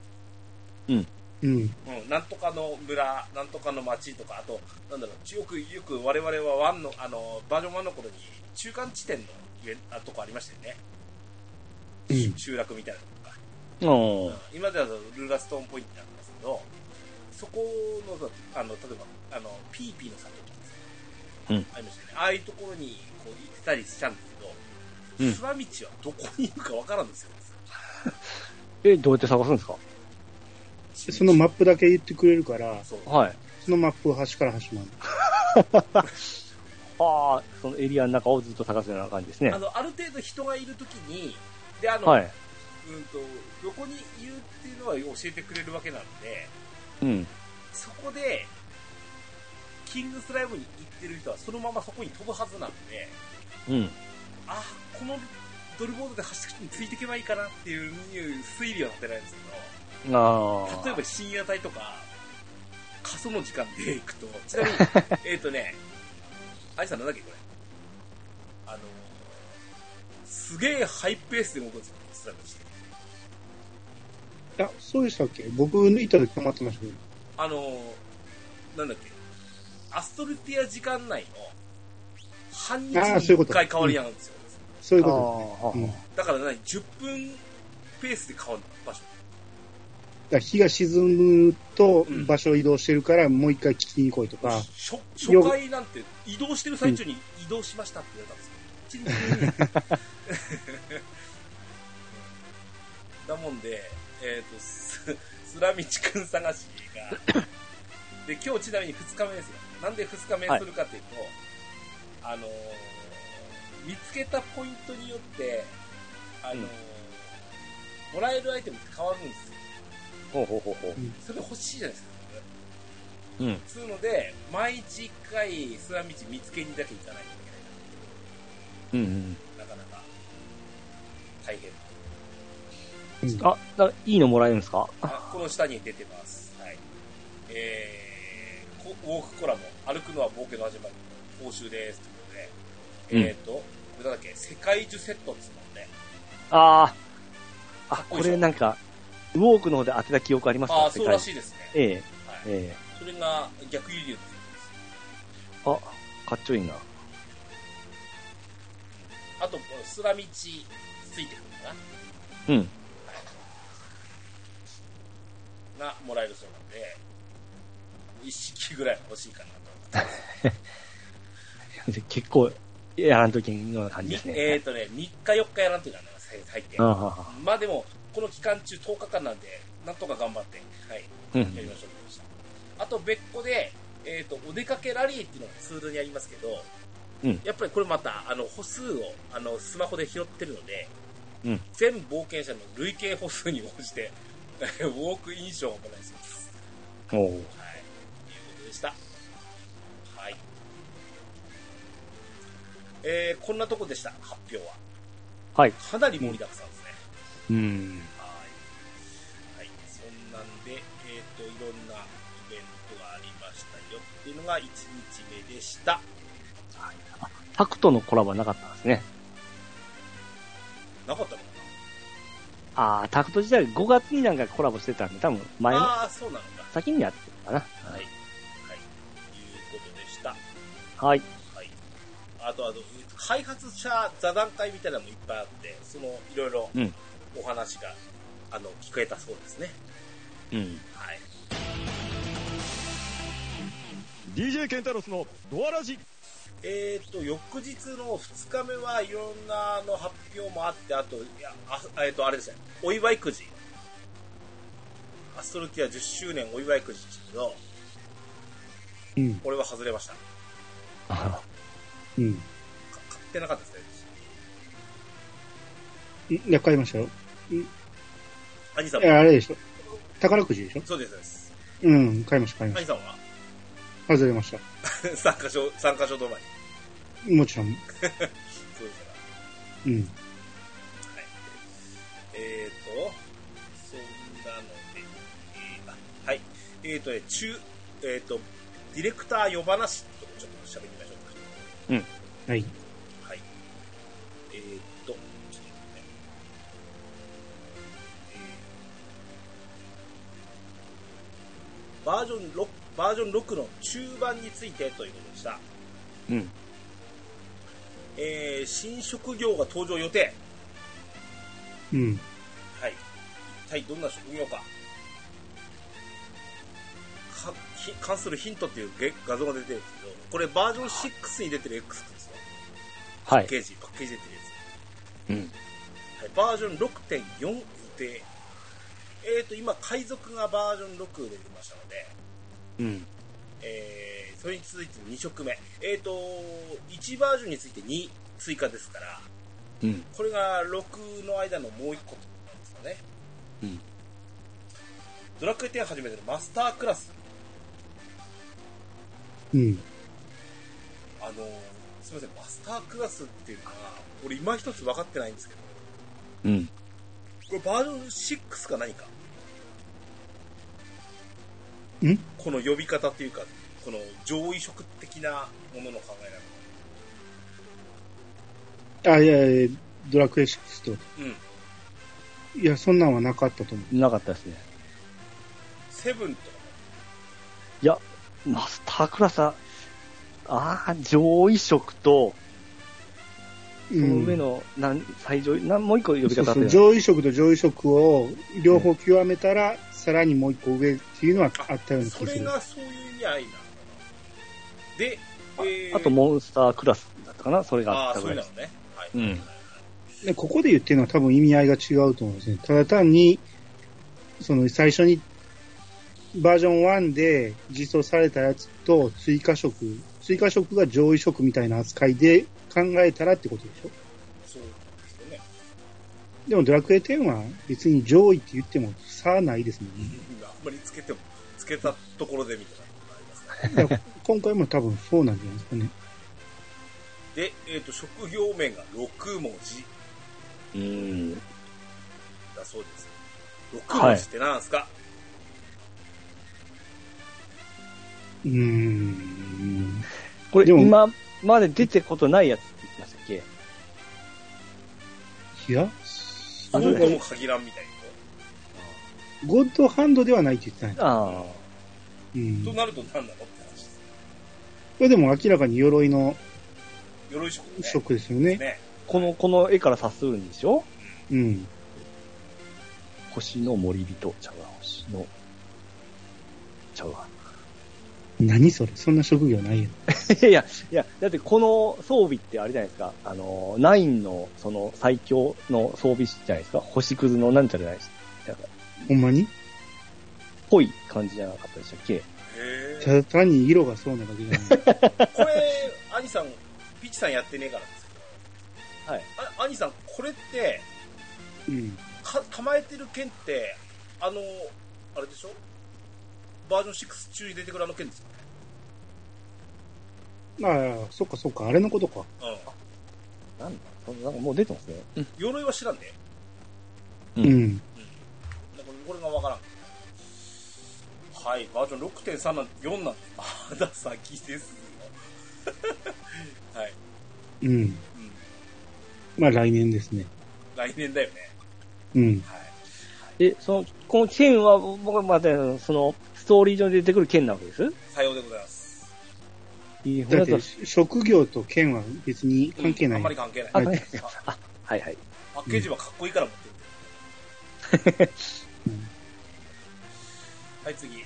なんとかの村、なんとかの町とか、あと、なんだろう、よく我々はバージョン1の頃に中間地点のとこありましたよね。集落みたいなとこか。今ではルーラーストーンポイントなんですけど、そこの、例えば、ピーピーの里とかありましたね。ああいうところにこう行ってたりしちゃうんですけど、空道はどこにいるかわからんですよ。 どうやって探すんですか？ そのマップだけ言ってくれるから、そのマップを端から端まで。 そのエリアの中をずっと探すような感じですね。 ある程度人がいるときに、で、どこにいるっていうのは教えてくれるわけなので、そこで、キングスライムに行ってる人はそのままそこに飛ぶはずなので、このドルボードで走ってついていけばいいかなっていう推理は立てないんですけど、例えば深夜帯とか、過疎の時間で行くと、ちなみに、アイさんなんだっけこれ。すげえハイペースで動くんですよ、スラムして。 いや、そうでしたっけ？僕行った時止まってましたけど。 なんだっけ、アストルティア時間内の半日に1回変わりやがるんですよ。 そういうことですね。 だから10分ペースで変わるの、場所。 日が沈むと場所を移動してるからもう一回聞きに来いとか。 初回なんて移動してる最中に移動しましたって言われたんですよ。 だもんで、スラミチくん探しが、で、今日ちなみに2日目ですよ。なんで2日目するかというと、はい、見つけたポイントによって、もらえるアイテムって変わるんですよ。 ほうほうほうほう。 それ欲しいじゃないですか。 うん。 つうので、毎日1回、スラミチ見つけにだけ行かないといけない。 うんうん。 なかなか、大変。 いいのもらえるんですか？ この下に出てます。はい。ウォークコラボ、歩くのは冒険の始まり、報酬です。ということで、これだっけ、世界樹セットっつうのね。 これなんか、ウォークの方で当てた記憶ありますか？ そうらしいですね。 それが逆輸入っていうんです。 かっちょいいな。 あと、スラミチついてくるかな。うん。 がもらえるそうなんで、一式ぐらい欲しいかなと思って。 結構、やらんときのような感じですね。 3日4日やらんときなんだよ、最低。まあでも、この期間中10日間なんで、なんとか頑張って、はい、やりましょうと思いました。あと別個で、お出かけラリーっていうのがツールにありますけど、やっぱりこれまた、歩数を、スマホで拾ってるので、全冒険者の累計歩数に応じて、ウォーク印象を行いそうです。はい。ということでした。はい。こんなとこでした、発表は。 はい。 かなり盛りだくさんですね。はい。はい。そんなんで、いろんなイベントがありましたよっていうのが1日目でした。はい。 タクトのコラボはなかったんですね。 なかったのかな？タクト自体5月になんかコラボしてたんで、多分前の。 そうなのか。 先にやってるかな。はい。 はい。いうことでした。 はい。 はい。あと、開発者座談会みたいなのもいっぱいあって、いろいろお話が、聞かれたそうですね。 うん。 はい。 DJ ケンタロスのドアラジ。 翌日の2日目はいろんな発表もあって、あと、あれですね、お祝いくじ。アストルティア10周年お祝いくじですけど、これは外れました。買ってなかったですね。いや、買いましたよ。 兄さんもあれでしょ。宝くじでしょ。 そうです、そうです。 買いました。 兄さんは外れました。 3カ所止まり。もちろん。 そうですか。 はい。 そんなので、はい。ディレクター呼ばなしとちょっと喋りましょうか。はい。 はい。ちょっとね。バージョン6の中盤についてということでした。新職業が登場予定。はい。一体どんな職業か。関するヒントっていう画像が出てるんですけど、これバージョン6に出てる X ですよ。 はい。 パッケージ出てるやつ。はい。バージョン 6.4 で、今、海賊がバージョン6で出ましたので、それに続いて2色目。1バージョンについて2追加ですから、これが6の間のもう1個なんですよね。ドラクエ10始めてるマスタークラス。すみません、マスタークラスっていうのは、俺今一つ分かってないんですけど、これバージョン6か何かこの呼び方っていうか、この上位色的なものの考え方。 いや、ドラクエ6と。いや、そんなんはなかったと思う。 なかったですね。 7とか。 いや、マスタークラスは、上位色と、その上の最上位、もう一個呼び方あって、 上位色と上位色を両方極めたら、さらにもう一個上っていうのはあったような気がする。 それがそういう意味合いなのかな。で、 あとモンスタークラスだったかな、それがあったぐらいです。 そういうのね。はい。 でここで言ってるのは多分意味合いが違うと思うんですね。ただ単に、その最初にバージョン1で実装されたやつと追加色が上位色みたいな扱いで考えたらってことでしょ。 そうですよね。 でもドラクエ10は別に上位って言っても差ないですもんね。 あんまりつけたところでみたいなのがありますね。 今回も多分そうなんじゃないですかね。 で、職業名が6文字。だそうです。6文字って何ですか？はい、 これ今まで出てことないやつって言ってましたっけ？いや、 それとも限らんみたいな。ゴッドハンドではないって言ってない。 となると何なのって話です。 これでも明らかに鎧の鎧色ですよね。 この絵から察するんでしょ？ うん。 星の森人ちゃうわ。星のちゃうわ。 何それ？そんな職業ないよ。 いや、だってこの装備ってあれじゃないですか。9のその最強の装備じゃないですか。星屑のなんちゃらじゃないですか。 ほんまに？ ぽい感じじゃなかったでしたっけ？ ただ単に色がそうなだけじゃない。 これ、兄さん、ピチさんやってねえからですけど。はい。兄さん、これって、構えてる剣って、あれでしょ？バージョン6中に出てくるあの剣ですか？ ああ、そっか、あれのことか。 なんかもう出てますね。 鎧は知らんで。 なんかこれがわからん。はい、バージョン 6.3 なんて4なんてまだ先ですよ。はい。 まあ来年ですね。 来年だよね。 はい。この剣は、僕はまた、その、ストーリー上で出てくる剣なわけです？ さようでございます。 だって職業と剣は別に関係ない。 あんまり関係ない。 はいはい。 パッケージはかっこいいから持ってる。はい、次。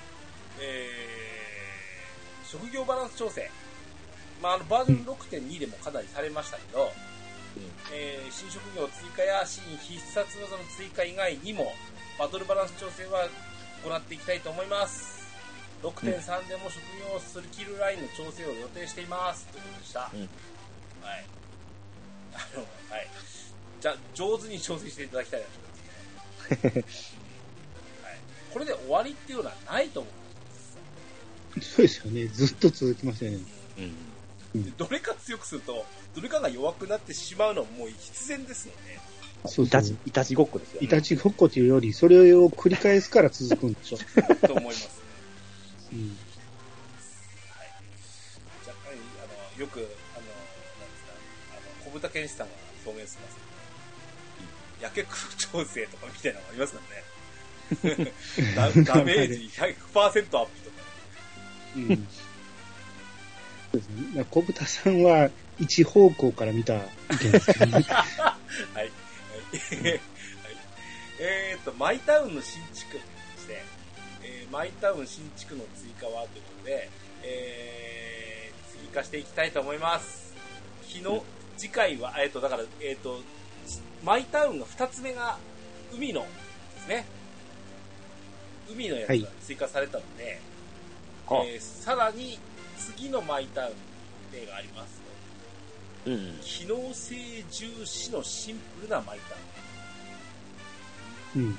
職業バランス調整。バージョン 6.2 でもかなりされましたけど、新職業追加や新必殺技の追加以外にも、バトルバランス調整は行っていきたいと思います。6.3 でも職業スキルラインの調整を予定しています。ということでした。はい。はい。じゃあ、上手に調整していただきたいなと思います。これで終わりっていうのはないと思うんです。 そうですよね。ずっと続きますよね。 どれか強くすると、どれかが弱くなってしまうのはもう必然ですので。 そういたちごっこですよね。 いたちごっこというより、それを繰り返すから続くんでしょ。 と思います。はい。若干、よく、なんですか、小豚健志さんが表現しますけど、やけく調整とかみたいなのがありますからね。ダメージ 100% アップとか。 そうですね。小豚さんは一方向から見た意見ですけどね。 はい。マイタウンの新築ですね。マイタウン新築の追加はということで、追加していきたいと思います。次回は、だから、マイタウンの2つ目が海のですね。海のやつが追加されたので、さらに次のマイタウン例がありますので、機能性重視のシンプルなマイタウン。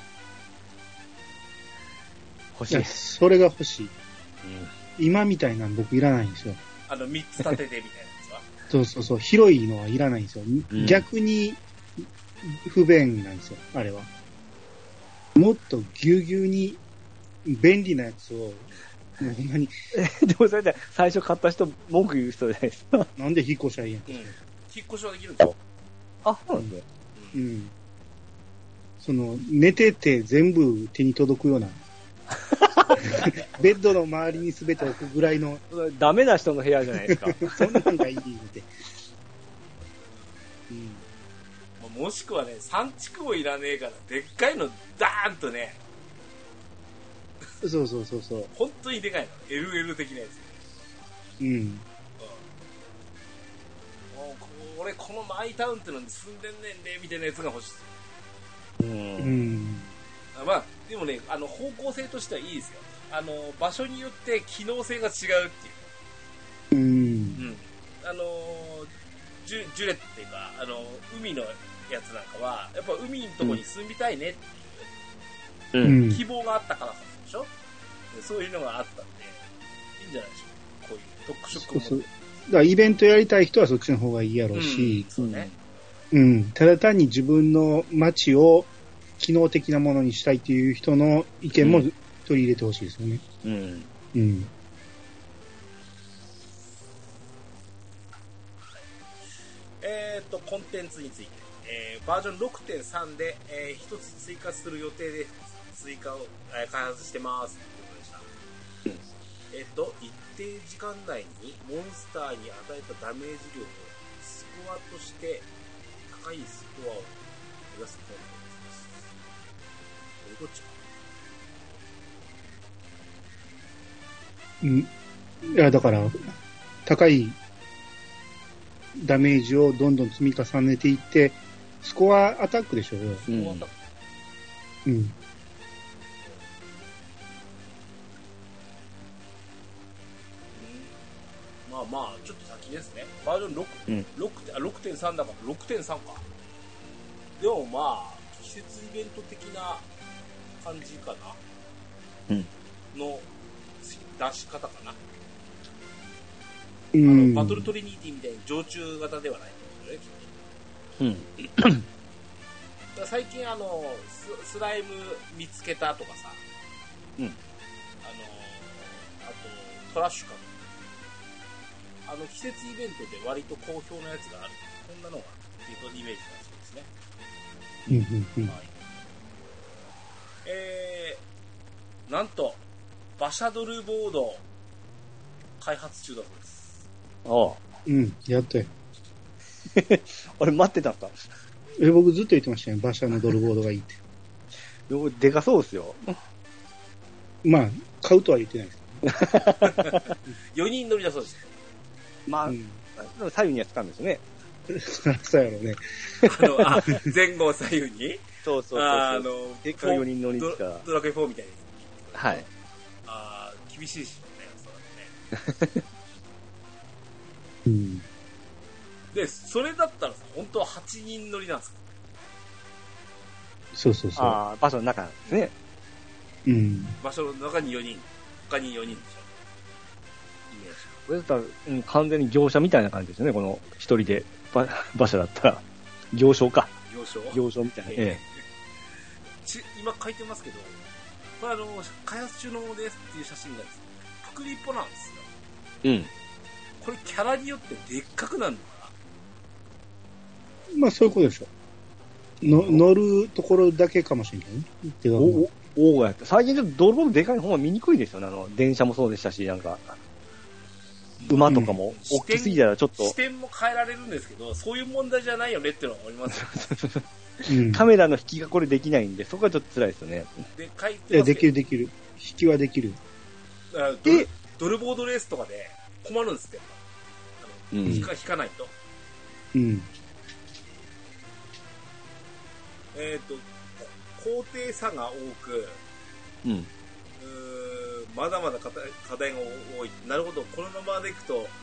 欲しい。 それが欲しい。今みたいなの僕いらないんですよ。 3つ立ててみたいなやつは。そう、広いのはいらないんですよ。逆に不便なんですよ、あれは。もっとぎゅうぎゅうに便利なやつを、もうほんまに。 でもそれで最初買った人、文句言う人じゃないですか。 なんで引っ越しはいいやん。 引っ越しはできるんですよ。 そうなんですね。 寝てて全部手に届くような。ベッドの周りに全て置くぐらいの。 ダメな人の部屋じゃないですか。 そんなんがいいって。 もしくはね、3築もいらねえから、でっかいのダーンとね。 そう。 本当にでかいの。LL 的なやつ。 こ俺このマイタウンってのに住んでんねんでみたいなやつが欲しいですよ。まあでもね、方向性としてはいいですよ。場所によって機能性が違うっていう。ジュレっていうか海のやつなんかはやっぱ海のとこに住みたいねっていう、希望があったからでしょ。そういうのがあったんでいいんじゃないでしょうか。こういう特色を持って。 だからイベントやりたい人はそっちの方がいいやろうし、 そうね。 ただ単に自分の街を機能的なものにしたいっていう人の意見も取り入れてほしいですよね。 コンテンツについて、バージョン 6.3 で、一つ追加する予定で追加を、開発してますということでした。一定時間内にモンスターに与えたダメージ量をスコアとして高いスコアを目指すコンテンツです。 いや、だから、高いダメージをどんどん積み重ねていって、スコアアタックでしょうよ。スコアアタック。 まあちょっと先ですね。バージョン 6.3 だから 6.3 か。でもまあ季節イベント的な感じかな、の出し方かな。バトルトリニティみたいに常駐型ではないんですよね、だ最近スライム見つけたとかさ、あとトラッシュか季節イベントで割と好評なやつがある。こんなのがデフォルトイメージがそうですね。なんと馬車ドルボード開発中だそうです。 やったよ。 あれ待ってたんか。 僕ずっと言ってましたよ。馬車のドルボードがいいって。 でかそうですよ。 まあ買うとは言ってないです。 4人乗りだそうです。 まあ、左右にやってたんですね。 そうやろうね。 前後左右にそう。でっかい4人乗りですから。 ドラクエ4みたいに。 はい。 厳しいしね、そうだね。で、それだったらさ、本当は8人乗りなんですか？ そう。 場所の中なんですね。 場所の中に4人、他に4人でしょ。 これだったら、完全に業者みたいな感じですよね、この一人で馬車だったら。行商か。行商みたいな。 今書いてますけど、これ開発中のものですっていう写真がですね、プクリポなんですよ。これキャラによってでっかくなるのかな？まあそういうことでしょ。乗るところだけかもしれないね。 大がやった。最近ちょっとドルボードでかい方が見にくいですよね。電車もそうでしたし、なんか。馬とかも大きすぎたらちょっと、 視点も変えられるんですけど、そういう問題じゃないよねっていうのは思いますよ。カメラの引きがこれできないんで、そこはちょっと辛いですよね。 で、書いてますけど。 できる。引きはできる。 ドルボードレースとかで困るんですって。引かないと。高低差が多く、まだまだ課題が多い。なるほど、このままでいくと、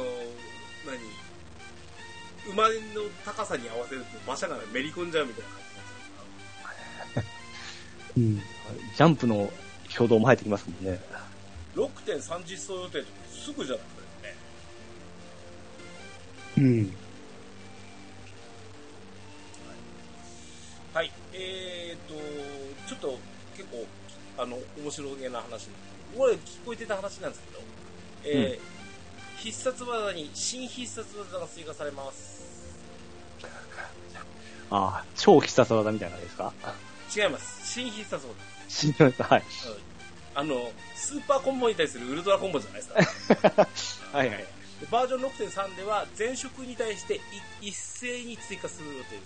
馬の高さに合わせると馬車がめり込んじゃうみたいな感じなんですか。ジャンプの挙動も入ってきますもんね。 6.3 実装予定とかすぐじゃないですかね。はい。ちょっと結構面白げな話。これ聞こえてた話なんですけど、必殺技に新必殺技が追加されます。 超必殺技みたいなのですか？ 違います。新必殺技。 新必殺技、はい。 スーパーコンボに対するウルトラコンボじゃないですか。 はい。 バージョン 6.3 では前職に対して一斉に追加する予定です。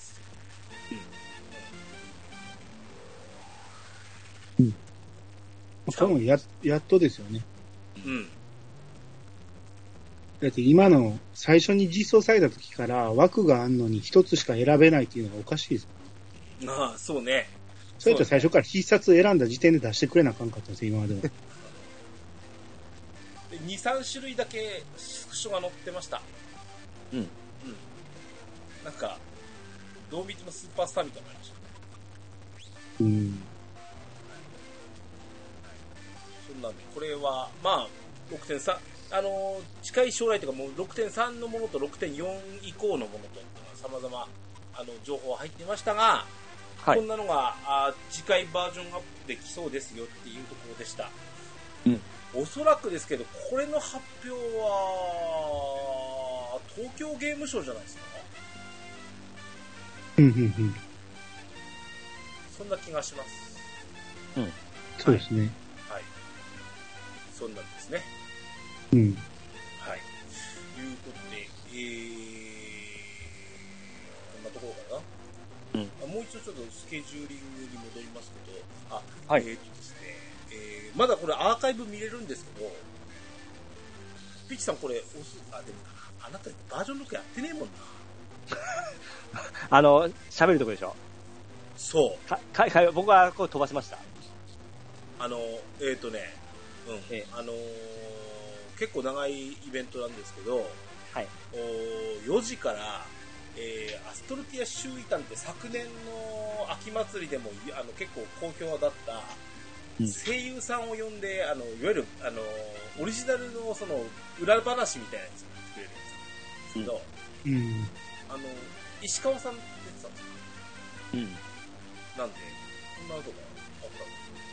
これもやっとですよね。 だって今の最初に実装された時から枠があんのに一つしか選べないっていうのがおかしいです。 ああ、そうね。 それと最初から必殺選んだ時点で出してくれなあかんかったんですよ、今までは。 で2、3種類だけスクショが載ってました。 うん。うん。 なんか、どう見てもスーパースターみたいになりました。 うん。 そんなんで、これは、まあ、6.3、近い将来というかもう 6.3 のものと 6.4 以降のものと様々情報は入っていましたが、はい、こんなのが次回バージョンアップできそうですよっていうところでした。 うん。 おそらくですけど、これの発表は東京ゲームショウじゃないですか。 うんうんうん。 そんな気がします。 うん。 そうですね。 はい。そんなんですね。 うん。 はい。いうことで、こんなところかな。 うん。 もう一度ちょっとスケジューリングに戻りますけど、 はい。 ですね、まだこれアーカイブ見れるんですけど、ピッチさんこれでもあなたバージョン6やってねえもんな。 喋るとこでしょ。 そう。 僕はこう飛ばしました。 結構長いイベントなんですけど、 はい。 4時から、アストルティア周囲探って昨年の秋祭りでも結構好評だった声優さんを呼んで、いわゆるオリジナルのその裏話みたいなやつを作れるんですけど、 うん、 石川さん出てたんですよ。 うん。 なんでこんなことがあったん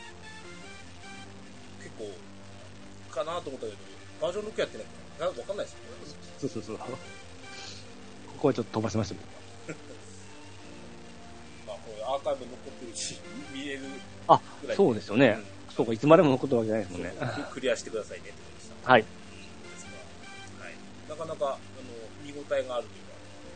です結構かなと思ったけど、バージョン6やってないからわかんないですよね。 そう。ここはちょっと飛ばしましたけど。 まあこれアーカイブ残ってるし見れる。 あ、そうですよね。うん、そうか、いつまでも残ってるわけじゃないですもんね。 クリアしてくださいねってことでした。 はい。 ですが、はい。なかなか見応えがあるというか、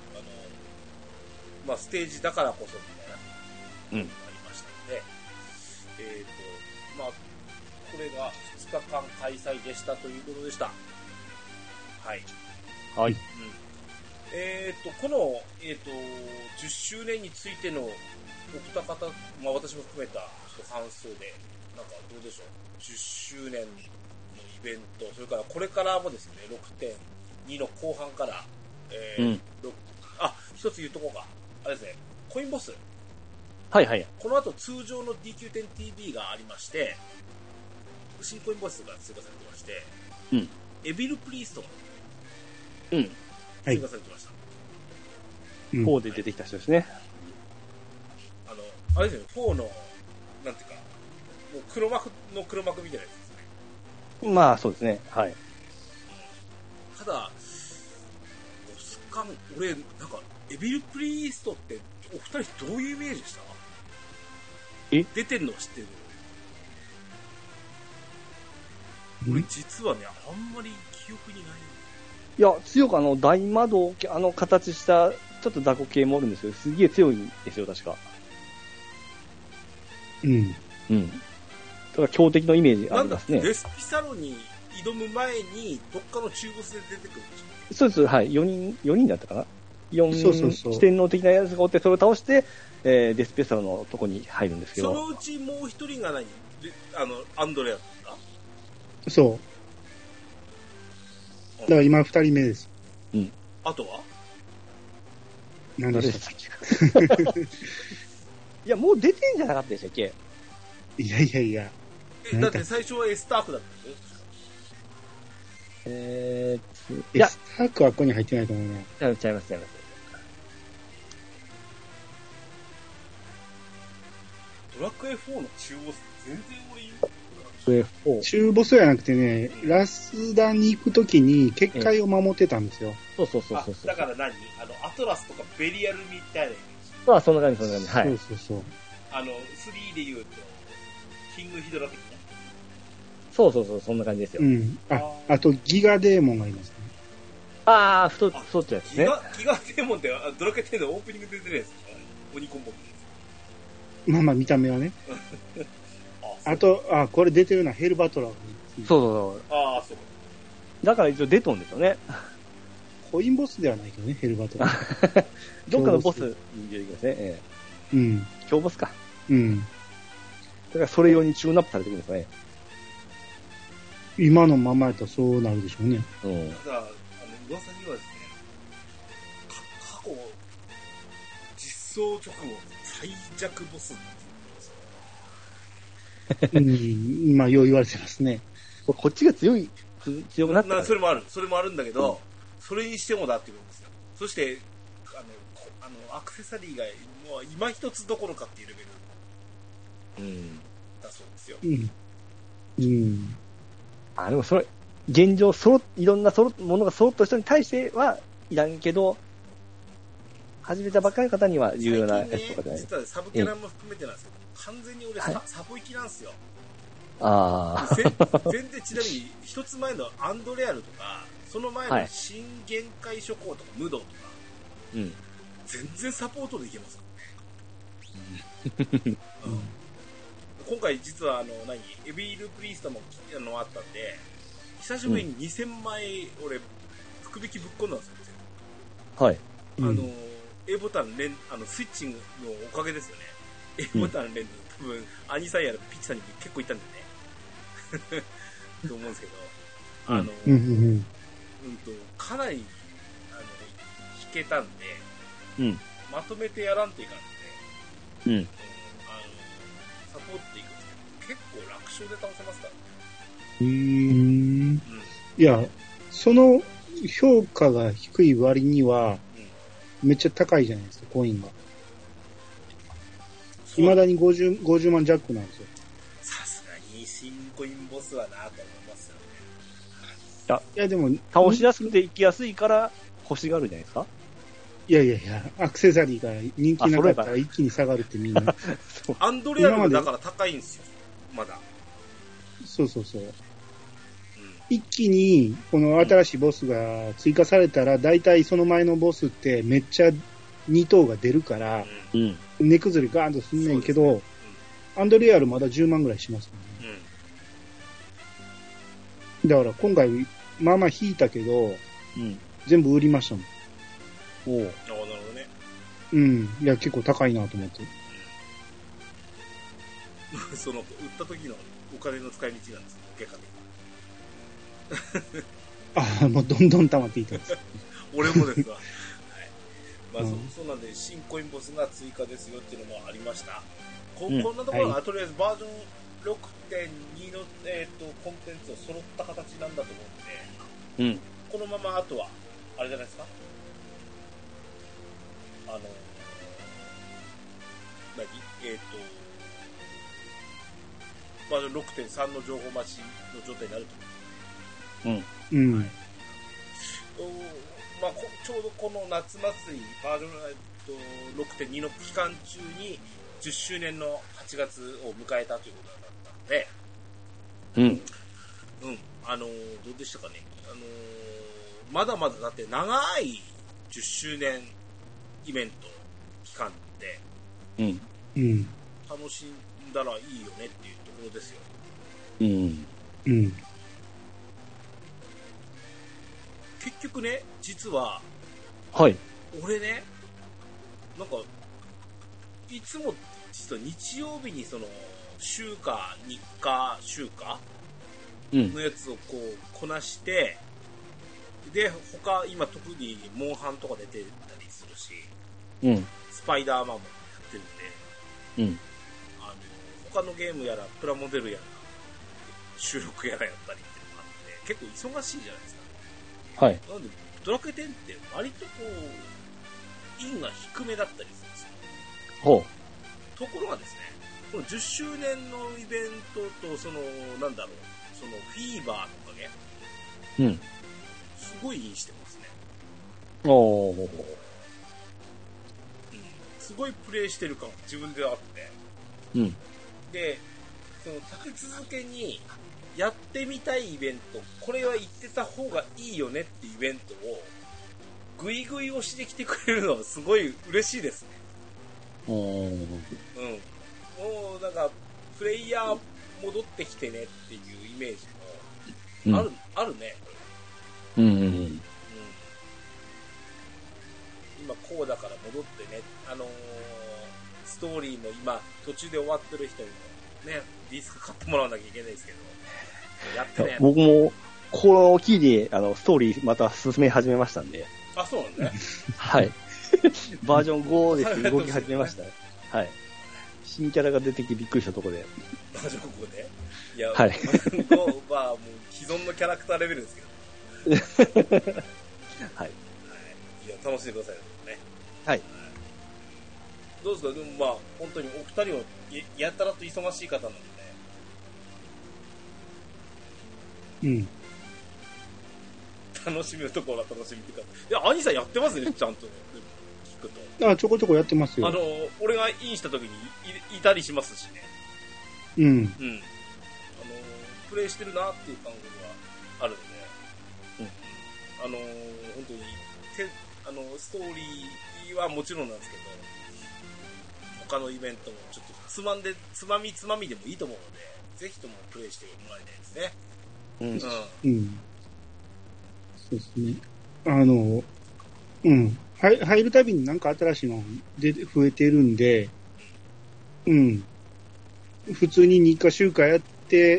まあステージだからこそみたいな。ありましたので、まあ、これが2日間開催でしたということでした。はい。 はい。 この、10周年についてのお二方、まあ私も含めた感想で、なんかどうでしょう。10周年のイベント、それからこれからもですね、6.2 の後半から、一つ言うとこうか。あれですね、コインボス。 はいはい。 この後通常の DQ10TV がありまして、新コインボスが追加されてまして、 うん。 エビルプリーストが、追加されてました。 4で出てきた人ですね。 あれですよね、4の、なんていうか、もう黒幕の黒幕みたいなやつですね。まあ、そうですね。はい。 ただ、ボス感、俺、なんか、エビルプリーストって、お二人どういうイメージでした？出てるのは知ってる。俺実はね、あんまり記憶にない。 いや、強く大窓、形した、ちょっと雑魚系もあるんですけど、すげえ強いんですよ、確か。 うん。 うん。だから強敵のイメージありますね。 デスピサロに挑む前に、どっかの中ボスで出てくるんでしょ？ そうです、はい。4人だったかな。四天王的なやつがおって、それを倒して、デスペサロのとこに入るんですけど。 そのうちもう一人がアンドレアだった？ そう。だから今2人目です。 うん。 あとは何でしたっけ？ いや、もう出てんじゃなかったでしたっけ？ いや。 だって最初はエスタークだったんですよ。エスタークはここに入ってないと思うね。 違います。 ドラクエ4の中ボス全然俺中ボスじゃなくてね、ラスダに行くときに結界を守ってたんですよ。 そう。 だから何？アトラスとかベリアルみたいなイメージ。 まあ、そんな感じ。はい。 そう。 3で言うと、キングヒドラ的な。 そう、そんな感じですよ。 うん。あとギガデーモンがいますね。 ああ、そうっちゃですね。 ギガデーモンってドラクエ10のオープニングで出てるやつですか？鬼コンボってまあ見た目はね。あと、これ出てるのはヘルバトラー。 そう。 ああ、そうか。 だから一応出とんですよね。 コインボスではないけどね、ヘルバトは。 どっかのボスに出てきますね。 うん。 強ボスか。 うん。だからそれ用にチューンアップされてるんですかね。 今のままやったらそうなるでしょうね。 うん。ただ、噂にはですね、過去、実装直後、最弱ボスなんですよ。うん、今、よう言われてますね。 こっちが強くなった。 それもあるんだけど、それにしてもだって言うんですよ。そして、アクセサリーが、もう今一つどころかっていうレベル、だそうですよ。 うん。 でもそれ、現状いろんなものが揃った人に対してはいらんけど、始めたばっかりの方には重要なやつとかじゃない。 実はサブキャラも含めてなんですけど、完全に俺サポ行きなんですよ。全然ちなみに一つ前のアンドレアルとか、その前の新限界諸行とかムドとか、全然サポートできますからね。今回実はエビールプリーストもあったんで、久しぶりに2000枚俺福引きぶっ込んだんですよ。 はい。 A ボタンスイッチングのおかげですよね。A ボタン連打、多分アニサイヤのピッチさんに結構いったんでね。と思うんですけど、かなり弾けたんで、まとめてやらんといかんので、サポートでいくんですけど、結構楽勝で倒せますからね。 いや、その評価が低い割には、めっちゃ高いじゃないですか、コインが。未だに50万ジャックなんですよ。 さすがに新コインボスはなと思いますよね。いやでも、倒しやすくて行きやすいから欲しがるじゃないですか。 いや、アクセサリーが人気なかったら一気に下がるってみんな。 アンドレアルもだから高いんですよ、まだ。 そう。一気にこの新しいボスが追加されたら、だいたいその前のボスってめっちゃ2等が出るから、値崩れガーンとすんねんけど、アンドレアルまだ10万ぐらいしますもんね。だから今回、まあまあ引いたけど、全部売りましたもん。 なるほどね。 いや、結構高いなと思って。 その、売った時のお金の使い道なんですよ、結果もうどんどん溜まっていったんです。 俺もですわ。はい。まあ、そうなんで、新コインボスが追加ですよっていうのもありました。こんなところが、とりあえずバージョン 6.2 の、コンテンツを揃った形なんだと思うんで、このままあとは、あれじゃないですか？バージョン 6.3 の情報待ちの状態になると思う。はい。まあ、ちょうどこの夏祭りバージョン 6.2 の期間中に10周年の8月を迎えたということだったので、どうでしたかね。まだまだだって長い10周年イベント期間で、楽しんだらいいよねっていうところですよ。結局ね、実は、俺ね、なんかいつも実は日曜日にその週か日課週かのやつをこうこなして、で他今特にモンハンとか出てたりするし、スパイダーマンもやってるんで、他のゲームやらプラモデルやら収録やらやったりっていうのがあって結構忙しいじゃないですか。なんでドラクエ10って割とこう因が低めだったりするんですよ。ところがですね、この10周年のイベントとそのなんだろう、そのフィーバーのおかげ、すごいいいしてますね。すごいプレイしてる感が自分であって、でその立て続けにやってみたいイベント、これは言ってた方がいいよねってイベントをグイグイ押してきてくれるのはすごい嬉しいですね。もうなんかプレイヤー戻ってきてねっていうイメージもあるね。 うんうんうん。 今こうだから戻ってね、ストーリーも今途中で終わってる人にもね、ディスク買ってもらわなきゃいけないですけど、やってね。 僕も、このキーで、ストーリーまた進め始めましたんで。 あ、そうなんね。 はい。バージョン5です動き始めましたね。はい。新キャラが出てきてびっくりしたところで。 バージョン5でいや、 はい。 5はもう既存のキャラクターレベルですけど。 はい。 いや、楽しんでくださいね。 はい。 どうですか？でもまあ、本当にお二人は やたらと忙しい方なので。 うん。 楽しみのところは楽しみっていうか。いや、兄さんやってますね、ちゃんと。聞くと。 あ、ちょこちょこやってますよ。 俺がインした時に いたりしますしね。 うん。うん。 プレイしてるなっていう感覚があるので。うん。本当に、ストーリーはもちろんなんですけど、他のイベントもちょっとつまみでもいいと思うので、ぜひともプレイしてもらいたいですね。 うん。うん。そうですね。うん。入るたびになんか新しいの増えてるんで、うん。普通に日課週間やって、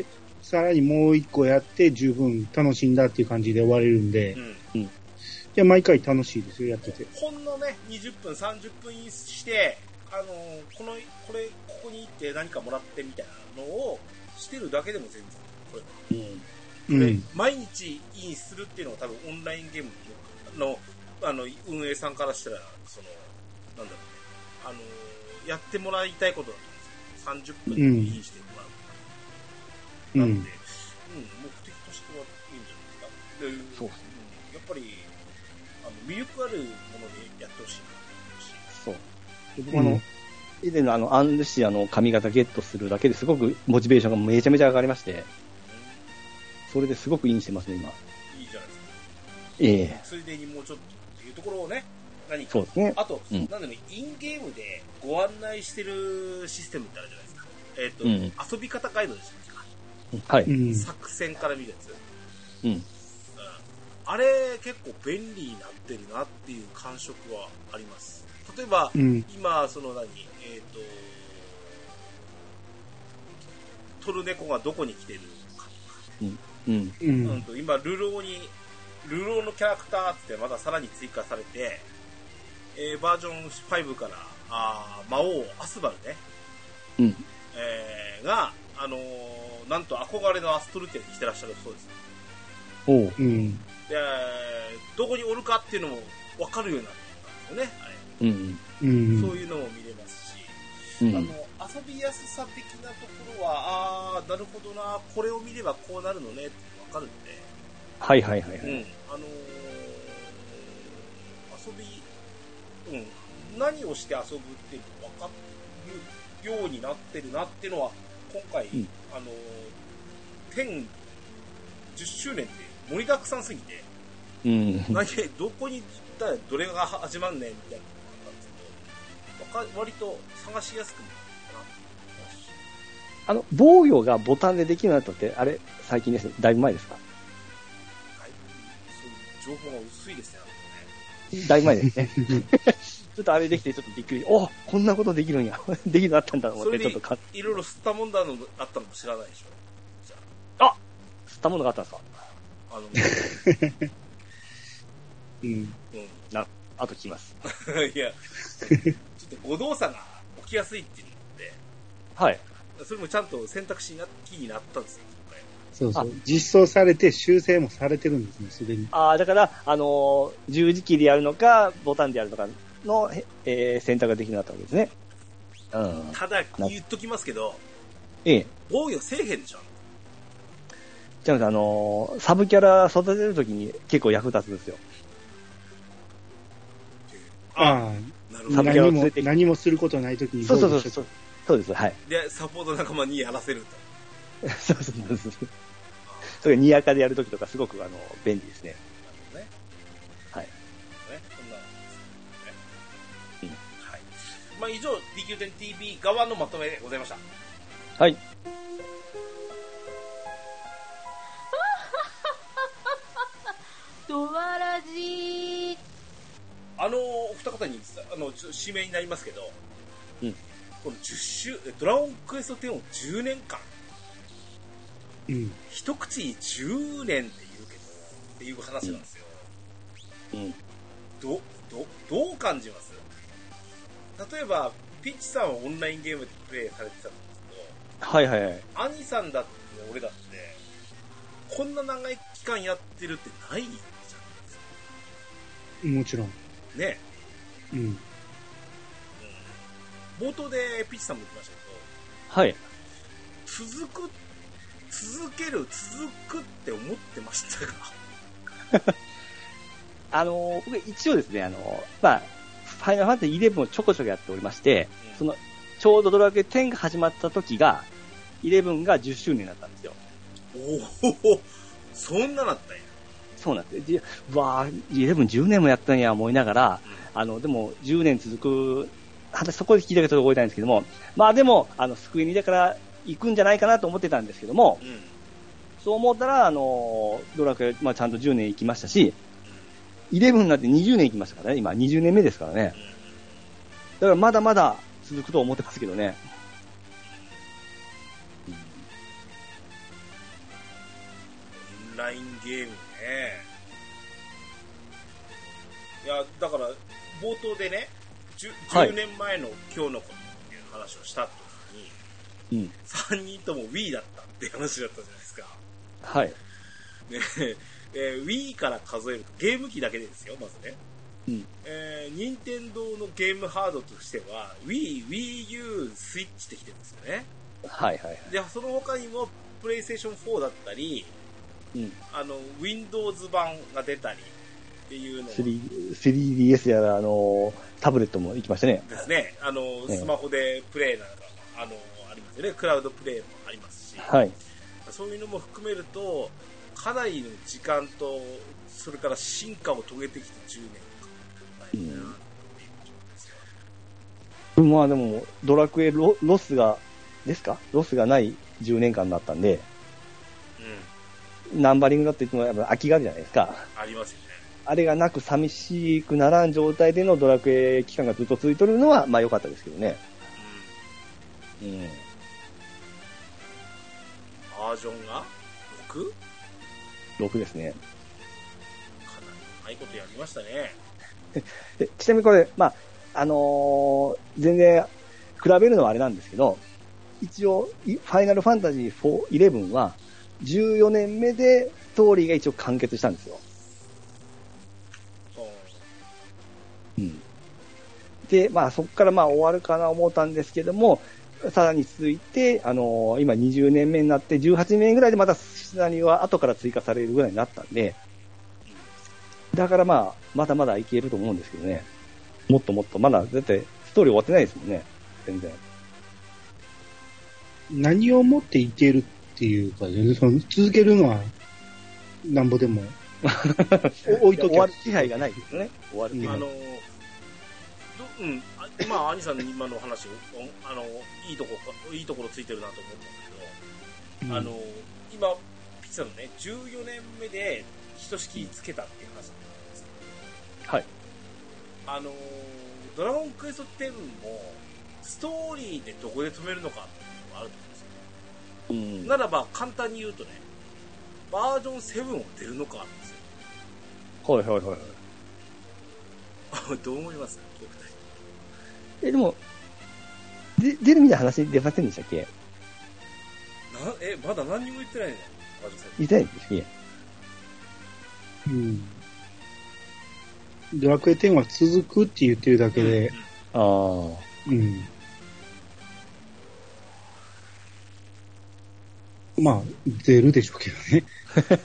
さらにもう1個やって十分楽しんだっていう感じで終われるんで、うん。いや、毎回楽しいですよ、やってて。 ほんのね、20分、30分して、ここに行って何かもらってみたいなのをしてるだけでも全然、これは。うん。毎日インするっていうのは多分オンラインゲームの、運営さんからしたら、なんだろうね、やってもらいたいことだと思うんですよ。30分でインしてもらう。なので、目的としてはいいんじゃないですか。そうですね。やっぱり、魅力あるものでやってほしいなと思うし。 そう。僕以前のアンルシアの髪型ゲットするだけですごくモチベーションがめちゃめちゃ上がりまして、それですごくインしてますね、今。 いいじゃないですか。ついでにもうちょっとっていうところをね、何か。 そうですね。 あと、なんだろう、インゲームでご案内してるシステムってあるじゃないですか。遊び方ガイドですか。 はい。 作戦から見るやつ。 うん。 あれ、結構便利になってるなっていう感触はあります。例えば、今、トルネコがどこに来てるかとか。今、ルローのキャラクターってまださらに追加されて、バージョン5から、魔王アスバルね。が、なんと憧れのアストルテに来てらっしゃるそうです。で、どこにおるかっていうのも分かるようになったんですよね、あれ。そういうのも見れますし、遊びやすさ的なところは、なるほどな、これを見ればこうなるのねって分かるので、 はいはいはいはい。 何をして遊ぶっていうのが分かるようになってるなっていうのは、今回、10周年で盛りだくさんすぎて、どこに行ったらどれが始まんねんみたいなのがあったんですけど、割と探しやすくなったかな。 防御がボタンでできるようになったって、あれ、最近ですね。だいぶ前ですか？ そういう情報が薄いですね。 だいぶ前ですね。ちょっとあれできてちょっとびっくり。こんなことできるんや。できるようになったんだと思って、ちょっといろいろ吸ったもんだのあったのも知らないでしょ。 吸ったものがあったんですか？あと聞きます。 いや、ちょっと誤動作が起きやすいっていうので、 はい。 それもちゃんと選択肢キーになったんですよ。 そうそう。実装されて修正もされてるんですね、すでに。 だから、十字キーでやるのか、ボタンでやるのかの、選択ができるようになったわけですね。 ただ、言っときますけど、防御せえへんでしょ。 じゃあ、サブキャラ育てるときに結構役立つんですよ。 なるほど。何もすることないときに。 そうです、はい。 で、サポート仲間にやらせると。 そう。それニヤカでやるときとかすごく便利ですね。 なるほどね。はい。そんなですね。はい。まあ以上 DQ10TV 側のまとめでございました。 はい。 どお二方に指名になりますけど、うん、このドラゴンクエスト10を10年間、うん、一口10年って言うけどっていう話なんですよ。うん、どう感じます？例えばピッチさんはオンラインゲームでプレイされてたんですけど、はいはいはい。兄さんだって俺だってこんな長い期間やってるってないじゃないですか。 もちろん。 ね。うん。冒頭でピッチさんも言ってましたけど、はい。続くって思ってましたか？ 僕一応ですね、まあ、ファイナルファンタジー11をちょこちょこやっておりまして、うん、ちょうどドラクエ10が始まった時が、11が10周年だったんですよ。 おお、そんなだったんや。 そうなんですよ。わぁ、11、10年もやったんや思いながら、うん、でも10年続く、私そこで聞いたけど覚えたいんですけども、まあでも、スクエニだから行くんじゃないかなと思ってたんですけども、うん、そう思ったら、ドラクエ、まあちゃんと10年行きましたし、11になって20年行きましたからね、今20年目ですからね。だからまだまだ続くと思ってますけどね。 オンラインゲームね。いや、だから、冒頭でね、10年前の今日のことっていう話をした時に、うん、3人とも Wii だったって話だったじゃないですか。はい。ねWii から数えるとゲーム機だけでですよ、まずね。うん。任天堂のゲームハードとしては Wii U スイッチってきてるんですよね。はいはいはい。で、その他にもプレイステーション4だったり、うん、Windows 版が出たりっていうのを 3DS やらタブレットも行きましたね。 ですね。スマホでプレイなんかありますよね。クラウドプレイもありますし、はい。そういうのも含めるとかなりの時間とそれから進化を遂げてきた10年かないなっていう状況ですよ。まあでもドラクエロスがない10年間だったんで、うん、ナンバリングだって言ってもやっぱ空きがあるじゃないですか。 ありますよね。 あれがなく寂しくならん状態でのドラクエ期間がずっと続いてるのはまあ良かったですけどね。うん。うん。 バージョンが 6？6 ですね。 かなりうまいことやりましたね。 ちなみにこれ、まあ、全然比べるのはあれなんですけど、一応、ファイナルファンタジー11は、14年目でストーリーが一応完結したんですよ。うん。で、まあそこからまあ終わるかな思ったんですけども、さらに続いて、今20年目になって18年ぐらいでまたシナリオは後から追加されるぐらいになったんで、だからまあ、まだまだいけると思うんですけどね。もっともっと、まだだってストーリー終わってないですもんね。全然。 何をもっていけるっていうか、続けるのはなんぼでも置いとけば終わる気配がないですよね。終わる気配。 まあ兄さんの今の話いいところついてるなと思ったんだけど、今ピッツァのね14年目でひとしきりつけたっていう話なんですけど、はい。ドラゴンクエスト10もストーリーでどこで止めるのかっていうのがあると思うんですよ。うん。ならば簡単に言うとね、バージョン7も出るのかなんですよ。 はいはいはいはい。 どう思います？ でも、出るみたいな話出ませんでしたっけ？ まだ何にも言ってないね。 言ってないんですっけ？ うん。ドラクエ10は続くって言ってるだけで。 うん、ああ。うん。 まあ、出るでしょうけどね。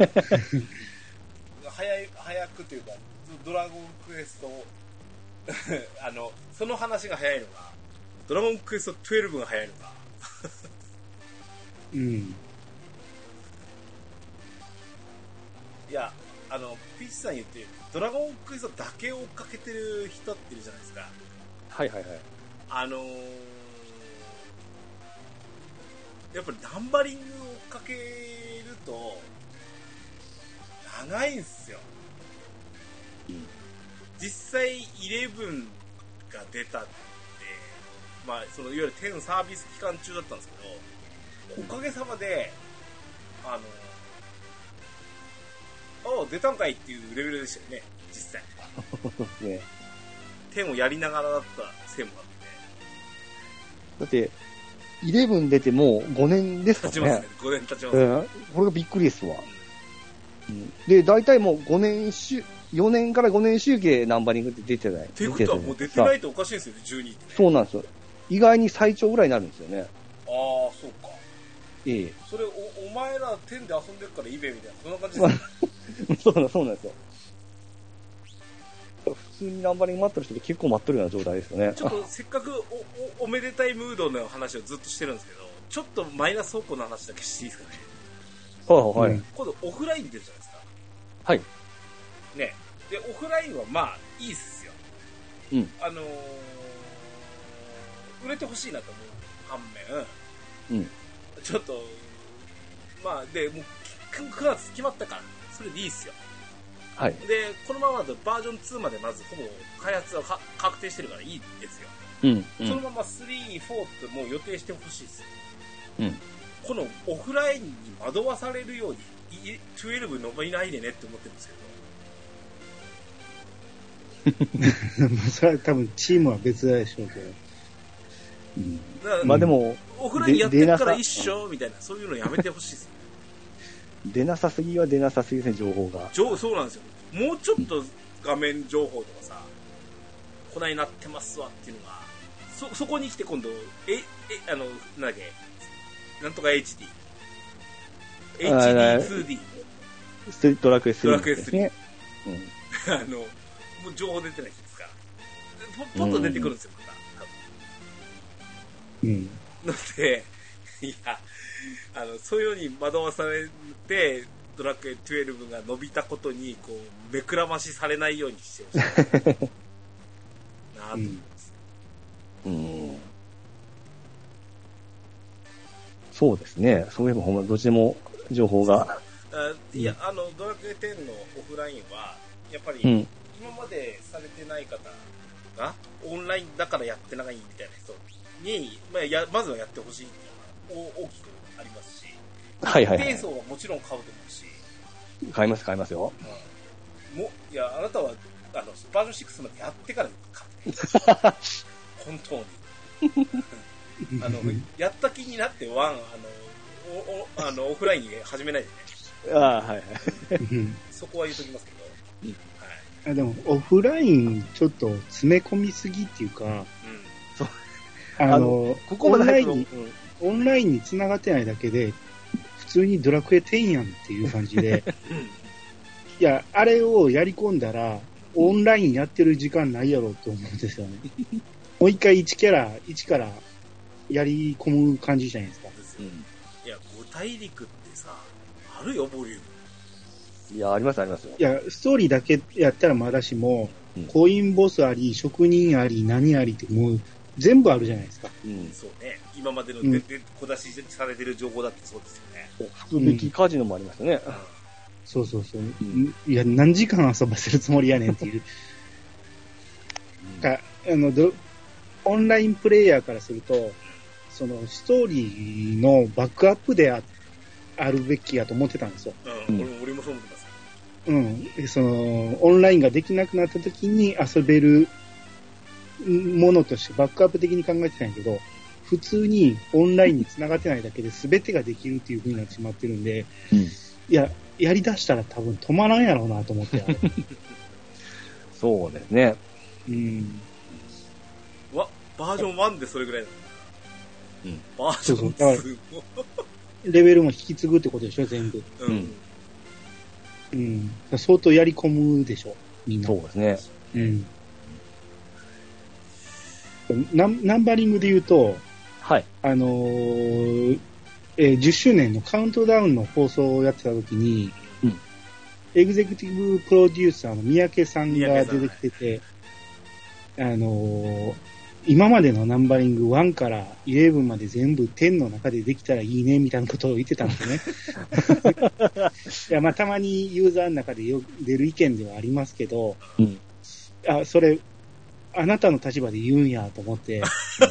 早くというか、ドラゴンクエスト、その話が早いのか、ドラゴンクエスト12が早いのか。 うん。 いや、ピッチさん言ってる、ドラゴンクエストだけを追っかけてる人っているじゃないですか。 はいはいはい。 やっぱりナンバリングを追っかけると、長いんすよ。 実際11が出たって、まあ、そのいわゆる10サービス期間中だったんですけど、おかげさまで、あ、出たんかいっていうレベルでしたよね、実際。ね。10をやりながらだったせいもあって。だって、11出てもう5年ですからね。 経ちますね。5年経ちますね。 これがびっくりですわ。で、大体もう4年から5年周期でナンバリングって出てない。 っていうことはもう出てないとおかしいんですよね、12って、ね。 そうなんですよ。意外に最長ぐらいになるんですよね。 ああ、そうか。 ええ。 それお前ら10で遊んでるからいいべみたいな、そんな感じですね。そうなんですよ。普通にナンバリング待ってる人で結構待ってるような状態ですよね。 ちょっとせっかく おめでたいムードの話をずっとしてるんですけど、ちょっとマイナス方向の話だけしていいですかね。 はい。 今度オフライン出るじゃないですか。 はい。 ね。で、オフラインはまあいいっすよ。 うん。 売れてほしいなと思う反面、ちょっと、まあ、で、もう9月決まったから、それでいいっすよ。 はい。 で、このままだとバージョン2までまずほぼ開発は確定してるからいいですよ。そのまま3、4ってもう予定してほしいですよ。このオフラインに惑わされるように、12伸びないでねって思ってるんですけど。それは多分チームは別でしょうけど。 まあでも、 オフラインやってるから一緒みたいな、そういうのやめてほしいですよ。 出なさすぎは出なさすぎですね、情報が。 そうなんですよ。もうちょっと画面情報とかさ、こないなってますわっていうのが、そこに来て今度、なんだっけ、なんとか HD、2D。 ドラクエ3ですね。 もう情報出てないですから。ポッと出てくるんですよ、また。ので、いや、そういうように惑わされて、ドラクエ12が伸びたことに、こう、目くらましされないようにしてほしい。なぁと思います。 そうですね。そういえばほんまどっちでも情報が。 いや、ドラクエ10のオフラインは、やっぱり、今までされてない方が、オンラインだからやってないみたいな人に、まずはやってほしいっていうのが大きくありますし、一定層はもちろん買うと思うし。 買いますよ。 いや、あなたは、バージョン6までやってから買って。本当に。やった気になってオフラインに始めないでね。そこは言うときますけど。 でも、オフラインちょっと詰め込みすぎっていうか、 ここまでオンラインに繋がってないだけで、普通にドラクエ10やんっていう感じで、いや、あれをやり込んだら、オンラインやってる時間ないやろと思うんですよね。もう一回1からやり込む感じじゃないですか。 いや、5大陸ってさ、あるよ、ボリューム。 いや、ありますよ。 いや、ストーリーだけやったらまだしも、コインボスあり、職人あり、何ありってもう全部あるじゃないですか。 そうね。今までの小出しされてる情報だってそうですよね。 福引きカジノもありますよね。 そう。いや、何時間遊ばせるつもりやねんっていう。オンラインプレイヤーからすると、そのストーリーのバックアップであるべきやと思ってたんですよ。 俺もそう思ってます。 その、オンラインができなくなった時に遊べるものとしてバックアップ的に考えてたんやけど、普通にオンラインに繋がってないだけで全てができるっていう風になってしまってるんで、いや、やり出したら多分止まらんやろうなと思って。 そうですね。 バージョン1でそれぐらいだ。バージョン2。 レベルも引き継ぐってことでしょ、全部。相当やり込むでしょ、みんな。 そうですね。 ナンバリングで言うと、10周年のカウントダウンの放送をやってた時に、エグゼクティブプロデューサーの三宅さんが出てきてて、今までのナンバリング1から11まで全部10の中でできたらいいねみたいなことを言ってたんですね。いや、たまにユーザーの中で出る意見ではありますけど、 それ、あなたの立場で言うんやと思って。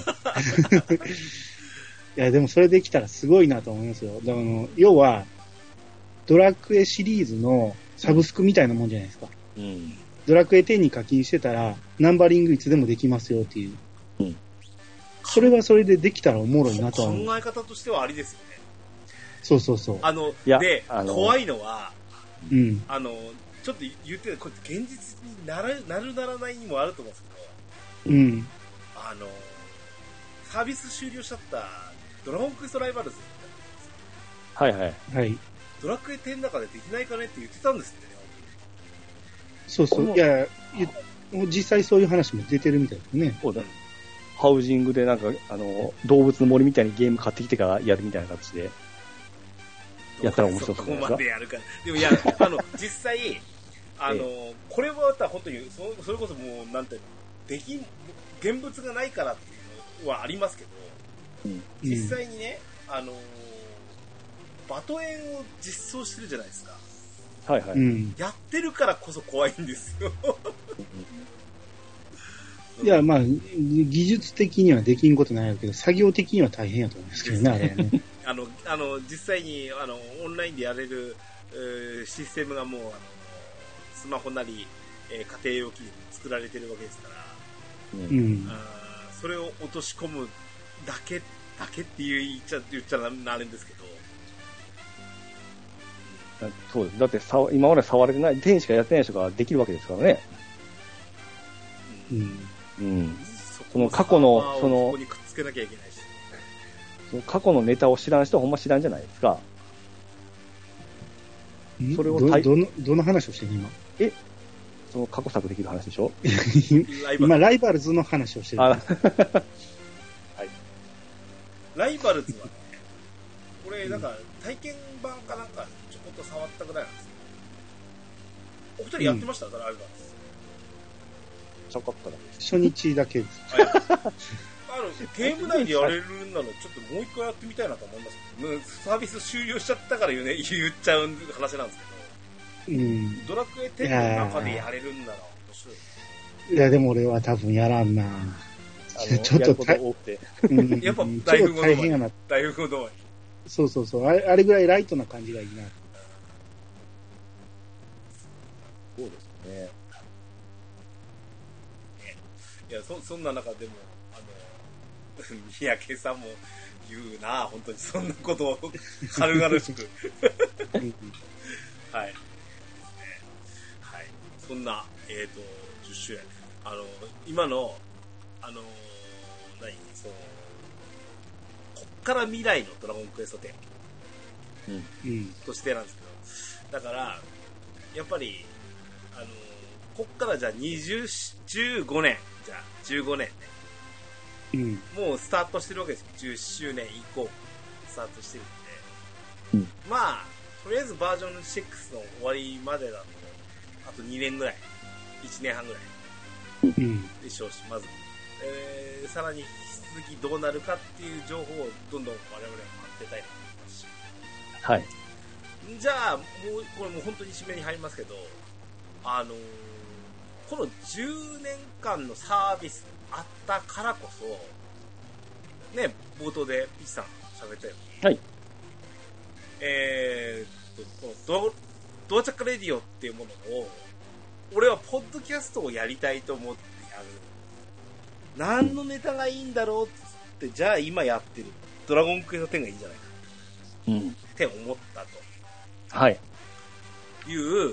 いや、でもそれできたらすごいなと思いますよ。要は、ドラクエシリーズのサブスクみたいなもんじゃないですか。うん、ドラクエ10に課金してたら、ナンバリングいつでもできますよっていう。うん、それはそれでできたらおもろいなと思う。 考え方としてはありですよね。 そうそうそう。 で、怖いのは、うん、ちょっと言ってこれ現実にならないにもあると思うんですけど、うん、サービス終了しちゃったドラゴンクエストライバルズはいはいはい。 ドラクエ10の中でできないかねって言ってたんですってね。 そうそう。いや、実際そういう話も出てるみたいですね。 そうだ。ハウジングでなんか動物の森みたいにゲーム買ってきてからやるみたいな形でやったら面白そうですか。 そこまでやるか。でもいや実際これは本当にそれこそもうなんて現物がないからっていうのはありますけど、うん、実際にねバトエンを実装してるじゃないですか。はいはい。やってるからこそ怖いんですよ。 いや、まあ、技術的にはできんことないけど、作業的には大変やと思うんですけどね、あれね。 実際に、オンラインでやれる、システムがもう、スマホなり、家庭用機に作られてるわけですから、うん、それを落とし込むだけって言っちゃなるんですけど、 そうです。だって今まで触れてない、10しかやってない人ができるわけですからね。うん。うん。その過去の、 そこにくっつけなきゃいけないし。 その過去のネタを知らん人はほんま知らんじゃないですか。 それをどの話をしてる今？ その過去作できる話でしょ？ 今、ライバルズの話をしてる。はい。 ライバルズはね、これなんか体験版かなんかちょこっと触ったぐらいなんですよ。お二人やってました？ライバルズ。 ちょこっとだけ。 初日だけです。 ゲーム内でやれるんならちょっともう一回やってみたいなと思います。サービス終了しちゃったから言っちゃう話なんですけど、うん、ドラクエ10の中でやれるんなら面白い。 いや、でも俺は多分やらんな。ちょっと多くて。 やっぱ大富豪大変やな。 大富豪止まり。 そうそうそう。あれぐらいライトな感じがいいな。 そうですね。 いや、そんな中でも、三宅さんも言うな、本当にそんなことを軽々しく。はい。はい。そんな、10周年。今の、こっから未来のドラゴンクエスト10、としてなんですけど、だから、やっぱり、こっからじゃあ15年、じゃあ15年ね。うん、もうスタートしてるわけですよ。10周年以降スタートしてるんで、うん、まあとりあえずバージョン6の終わりまでだとあと2年ぐらい1年半ぐらいでしょうし、まず、さらに引き続きどうなるかっていう情報をどんどん我々は待ってたいと思いますし、はい。じゃあもうこれもう本当に締めに入りますけど、この10年間のサービスあったからこそね、冒頭でピッチさん喋ったように、はい、このドアチャックレディオっていうものを俺はポッドキャストをやりたいと思ってやる。何のネタがいいんだろうって、じゃあ今やってるドラゴンクエスト10がいいんじゃないか、うん、って思ったと、はい、いう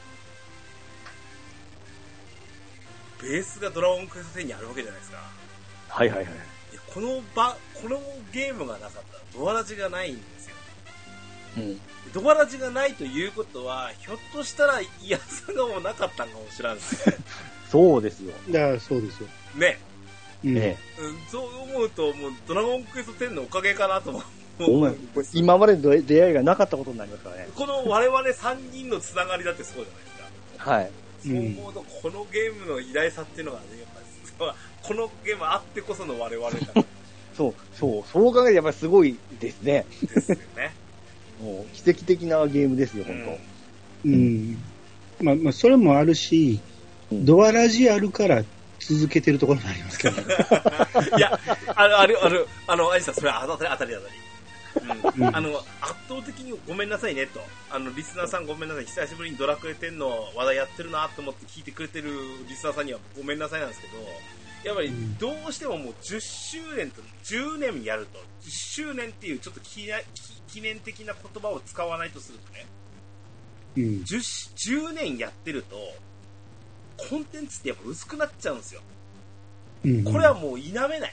ベースがドラゴンクエスト10にあるわけじゃないですか。はいはいはい。このゲームがなかったらドアラジがないんですよ。うん。ドアラジがないということは、ひょっとしたらイヤサガもなかったんかもしれないですね。 そうですよ。 いや、そうですよ。 ね。ね、そう思うと、もうドラゴンクエスト10のおかげかなと思う。 今までの出会いがなかったことになりますからね。 この我々3人のつながりだってそうじゃないですか。はい。そう思うと、このゲームの偉大さっていうのがね、やっぱりこのゲームあってこその我々だそう考えてやっぱりすごいですね。 ですよね。 もう奇跡的なゲームですよ、本当。 まあそれもあるし、 ドアラジあるから続けてるところもありますけど、ね、 いや、ある、アイさん、それは当たり。圧倒的にごめんなさいねと。リスナーさんごめんなさい。久しぶりにドラクエ10の話題やってるなと思って聞いてくれてるリスナーさんにはごめんなさいなんですけど、やっぱりどうしてももう10周年と10年やると、10周年っていうちょっと記念的な言葉を使わないとするとね、10年やってると、コンテンツってやっぱ薄くなっちゃうんですよ。これはもう否めない。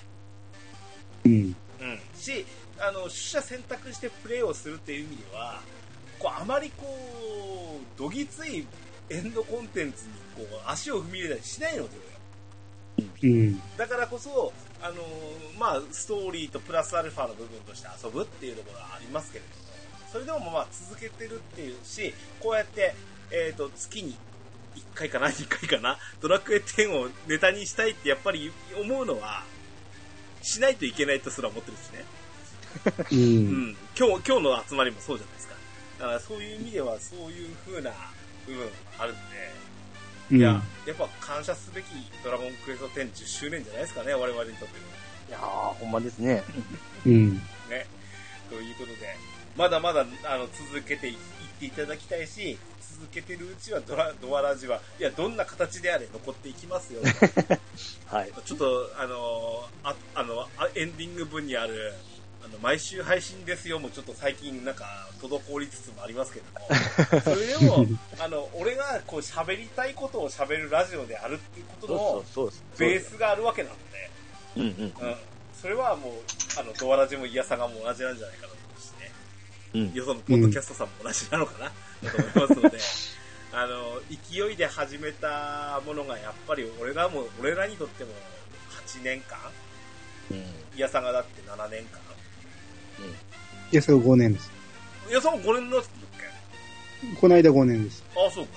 し、取捨選択してプレイをするっていう意味では、あまりどぎついエンドコンテンツに足を踏み入れたりしないので、だからこそ、ストーリーとプラスアルファの部分として遊ぶっていうところがありますけれども、それでも続けてるっていうし、こうやって、月に1回かな2回かなドラクエ10をネタにしたいってやっぱり思うのはしないといけないとすら思ってるしね。今日の集まりもそうじゃないですか。だからそういう意味ではそういう風な部分があるんで、いややっぱ感謝すべきドラゴンクエスト10 10周年じゃないですかね、我々にとっても。 いやーほんまですね。 ね、ということでまだまだ続けていっていただきたいし、続けてるうちはドアラジはいやどんな形であれ残っていきますよ。はい。ちょっとエンディング分にある毎週配信ですよもちょっと最近なんか滞りつつもありますけども、それでも俺が喋りたいことを喋るラジオであるっていうことのベースがあるわけなので、それはもうドアラジもイヤサガも同じなんじゃないかなと思うしね。よそのポッドキャストさんも同じなのかな、と思いますので、勢いで始めたものがやっぱり俺らにとっても8年間、イヤサガだって7年間。 いや、それ5年です。 いや、その5年のっけ？この間5年です。 ああ、そうか。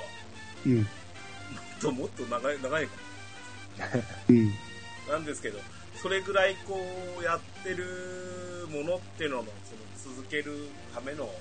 もっと長いかも。なんですけど、それぐらいやってるものっていうのの続けるための部分とか、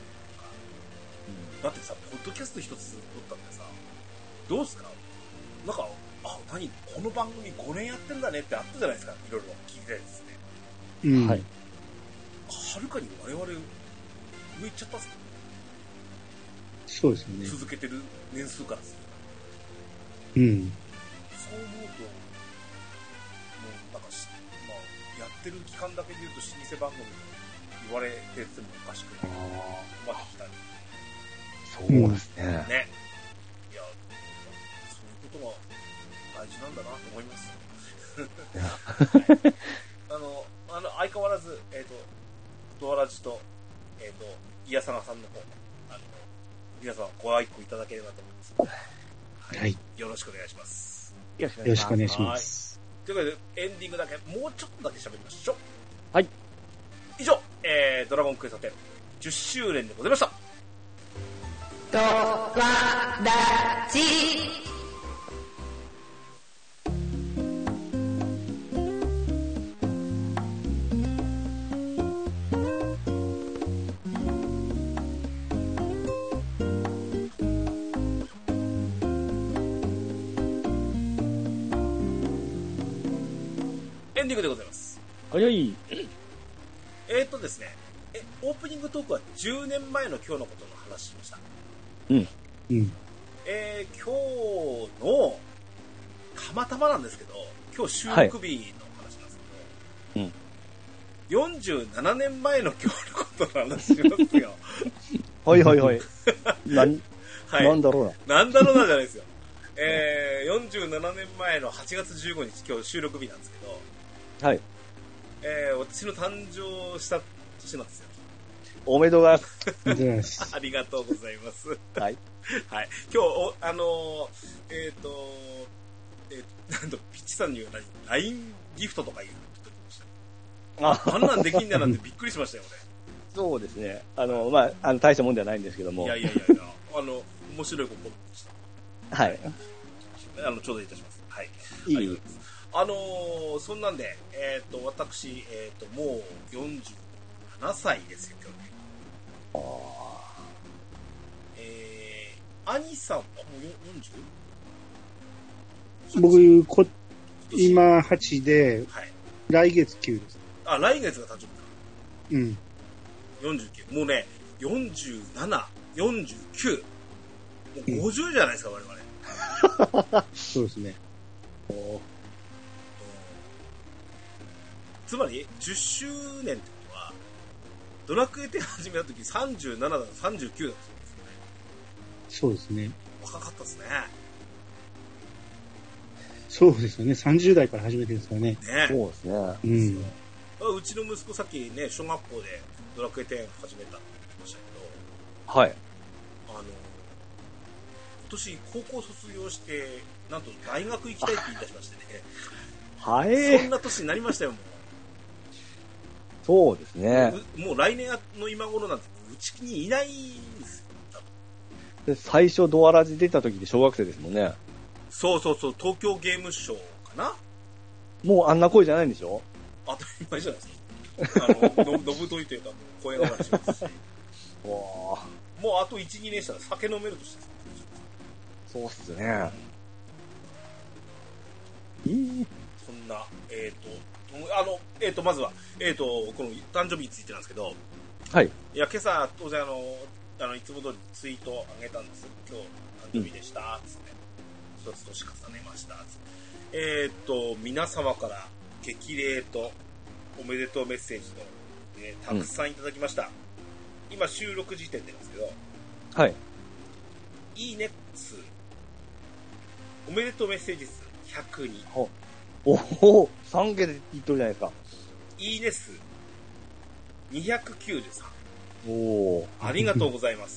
だってさ、ポッドキャスト一つ撮ったってさ、どうすか？なんか、この番組5年やってんだねってあったじゃないですか。いろいろ聞いてたいですね。はい。はるかに我々上行っちゃったっすね。 そうですよね。 続けてる年数からする。そう思うと、もうなんかやってる期間だけで言うと老舗番組と言われててもおかしくない。また来たり。 そうですね。 ね。いや、そういうことが大事なんだなと思います。相変わらず、ドアラジと、イヤサガさんの方、皆さんご愛顧いただければと思います。はい。よろしくお願いします。 よろしくお願いします。 ということで、エンディングだけ、もうちょっとだけ喋りましょう。 はい。 以上、ドラゴンクエスト10、10周年でございました。 ドワラジエンディングでございます。 はい。 ですね、オープニングトークは10年前の今日のことの話しました。今日のたまたまなんですけど、今日収録日の話なんですけど、47年前の今日のことの話しますよ。 はい。なんだろうな。なんだろうなじゃないですよ。47年前の8月15日、今日収録日なんですけど、はい。私の誕生した年なんですよ。 おめでとうございます。 ありがとうございます。 はい。 はい。今日、なんと、ピッチさんにはLINE ギフトとか言うとました。あんなんできんだなんてびっくりしましたよ、 俺。そうですね。大したもんではないんですけども。 いや、面白いことでした。はい。頂戴いたします。はい。 いい。 そんなんで、私、もう47歳ですよ、今日ね。兄さんはもう 40？ 僕、今8で、はい、来月9です。 あ、来月が誕生日か。 うん。 49。もうね、47、49。もう50じゃないですか、我々。 そうですね。 つまり、10周年ってことは、ドラクエ10始めた時37だ、39だったんですよね。 そうですね。 若かったですね。 そうですよね。30代から始めてるんですからね。 ね。そうですね。 うん。 うちの息子さっきね、小学校でドラクエ10始めたって言ってましたけど、はい。 今年高校卒業して、なんと大学行きたいって言い出しましてね。 はい。 そんな年になりましたよ、もう。 そうですね。 もう来年の今頃なんて、うちにいないんですよ、多分。 で最初ドアラジ出た時で小学生ですもんね。 そうそうそう、東京ゲームショウかな。 もうあんな声じゃないんでしょ。 当たり前じゃないですか。のぶといというか、声が悪いしますし。もうあと1、2年したら酒飲めるとして。 そうっすね。 そんな、まずは、この誕生日についてなんですけど、 はい。 いや、今朝、当然いつも通りツイートを上げたんです。今日、誕生日でした、つって。一つ年重ねました、つって。皆様から激励とおめでとうメッセージと、たくさんいただきました。今、収録時点でなんですけど、 はい。 いいね数、おめでとうメッセージ数102。 おお、3桁で言っとるじゃないですか。 いいね数293。 おお、 ありがとうございます。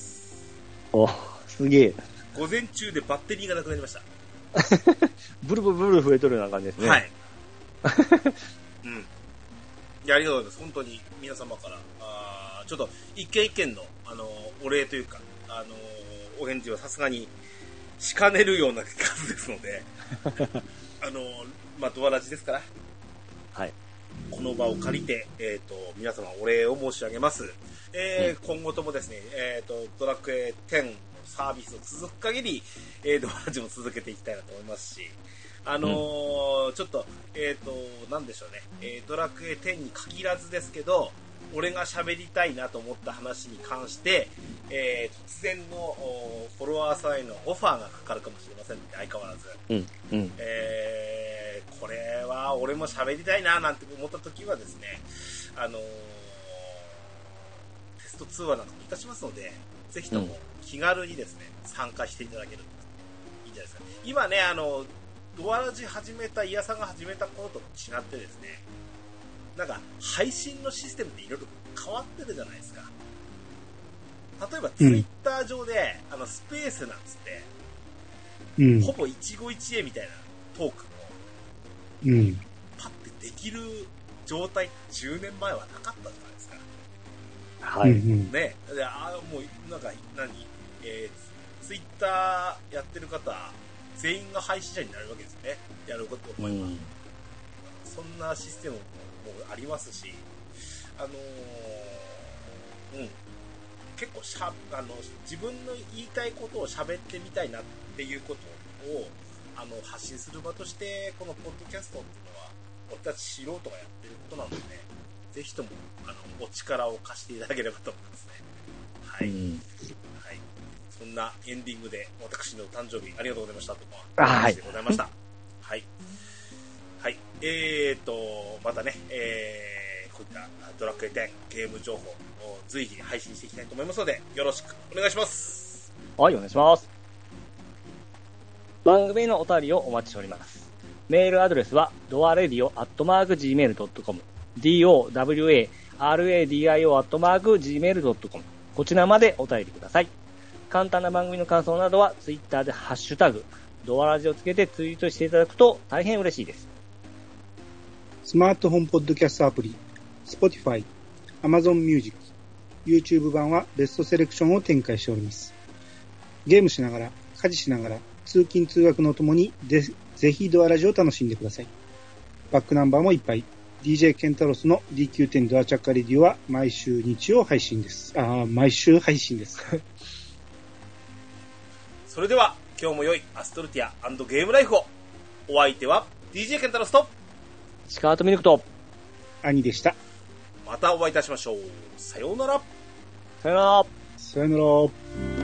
お、すげえ。 午前中でバッテリーがなくなりました。 ブルブルブル増えとるような感じですね。 はい。うん。いや、ありがとうございます。本当に皆様から、ちょっと一件一件の、お礼というか、お返事はさすがにしかねるような数ですので、ドアラジですから、 はい。 この場を借りて、皆様お礼を申し上げます。今後ともですね、ドラクエ10サービスを続く限り、ドアラジも続けていきたいなと思いますし、ちょっと、なんでしょうね、ドラクエ10に限らずですけど、俺が喋りたいなと思った話に関して、突然のフォロワーさんへのオファーがかかるかもしれませんので、相変わらず。これは俺も喋りたいななんて思った時はですね、テスト通話なんかもいたしますので、ぜひとも気軽にですね、参加していただけるといいんじゃないですか。今ね、ドアラジ始めた、イヤさんが始めた頃と違ってですね、なんか配信のシステムっていろいろ変わってるじゃないですか。例えばツイッター上で、スペースなんつって、ほぼ一期一会みたいなトークを、パッてできる状態10年前はなかったじゃないですか。 はい。 ね。で、もうなんかツイッターやってる方全員が配信者になるわけですね。やることを思えば、そんなシステムもありますし、結構自分の言いたいことを喋ってみたいなっていうことを発信する場としてこのポッドキャストっていうのは俺たち素人がやってることなので、ね、ぜひともお力を貸していただければと思いますね。はい、はい、そんなエンディングで私の誕生日ありがとうございましたという話でございました。はい、はい、またね、こういったドラクエ10ゲーム情報を随時配信していきたいと思いますので、よろしくお願いします。 はい、お願いします。番組のお便りをお待ちしております。メールアドレスはdoaradio@gmail.com dowaradio@gmail.com こちらまでお便りください。簡単な番組の感想などはツイッターでハッシュタグドアラジをつけてツイートしていただくと大変嬉しいです。 スマートフォンポッドキャストアプリ Spotify、Amazon Music、YouTube 版はベストセレクションを展開しております。ゲームしながら、家事しながら、通勤通学のともにぜひドアラジを楽しんでください。バックナンバーもいっぱい。DJ ケンタロスの DQ10 ドアチャッカレディオは毎週日曜配信です。毎週配信です。 それでは今日も良いアストルティア&ゲームライフを。 お相手は DJ ケンタロスとスカートミルクと兄でした。 またお会いいたしましょう。さようなら。 さようなら。 さようなら。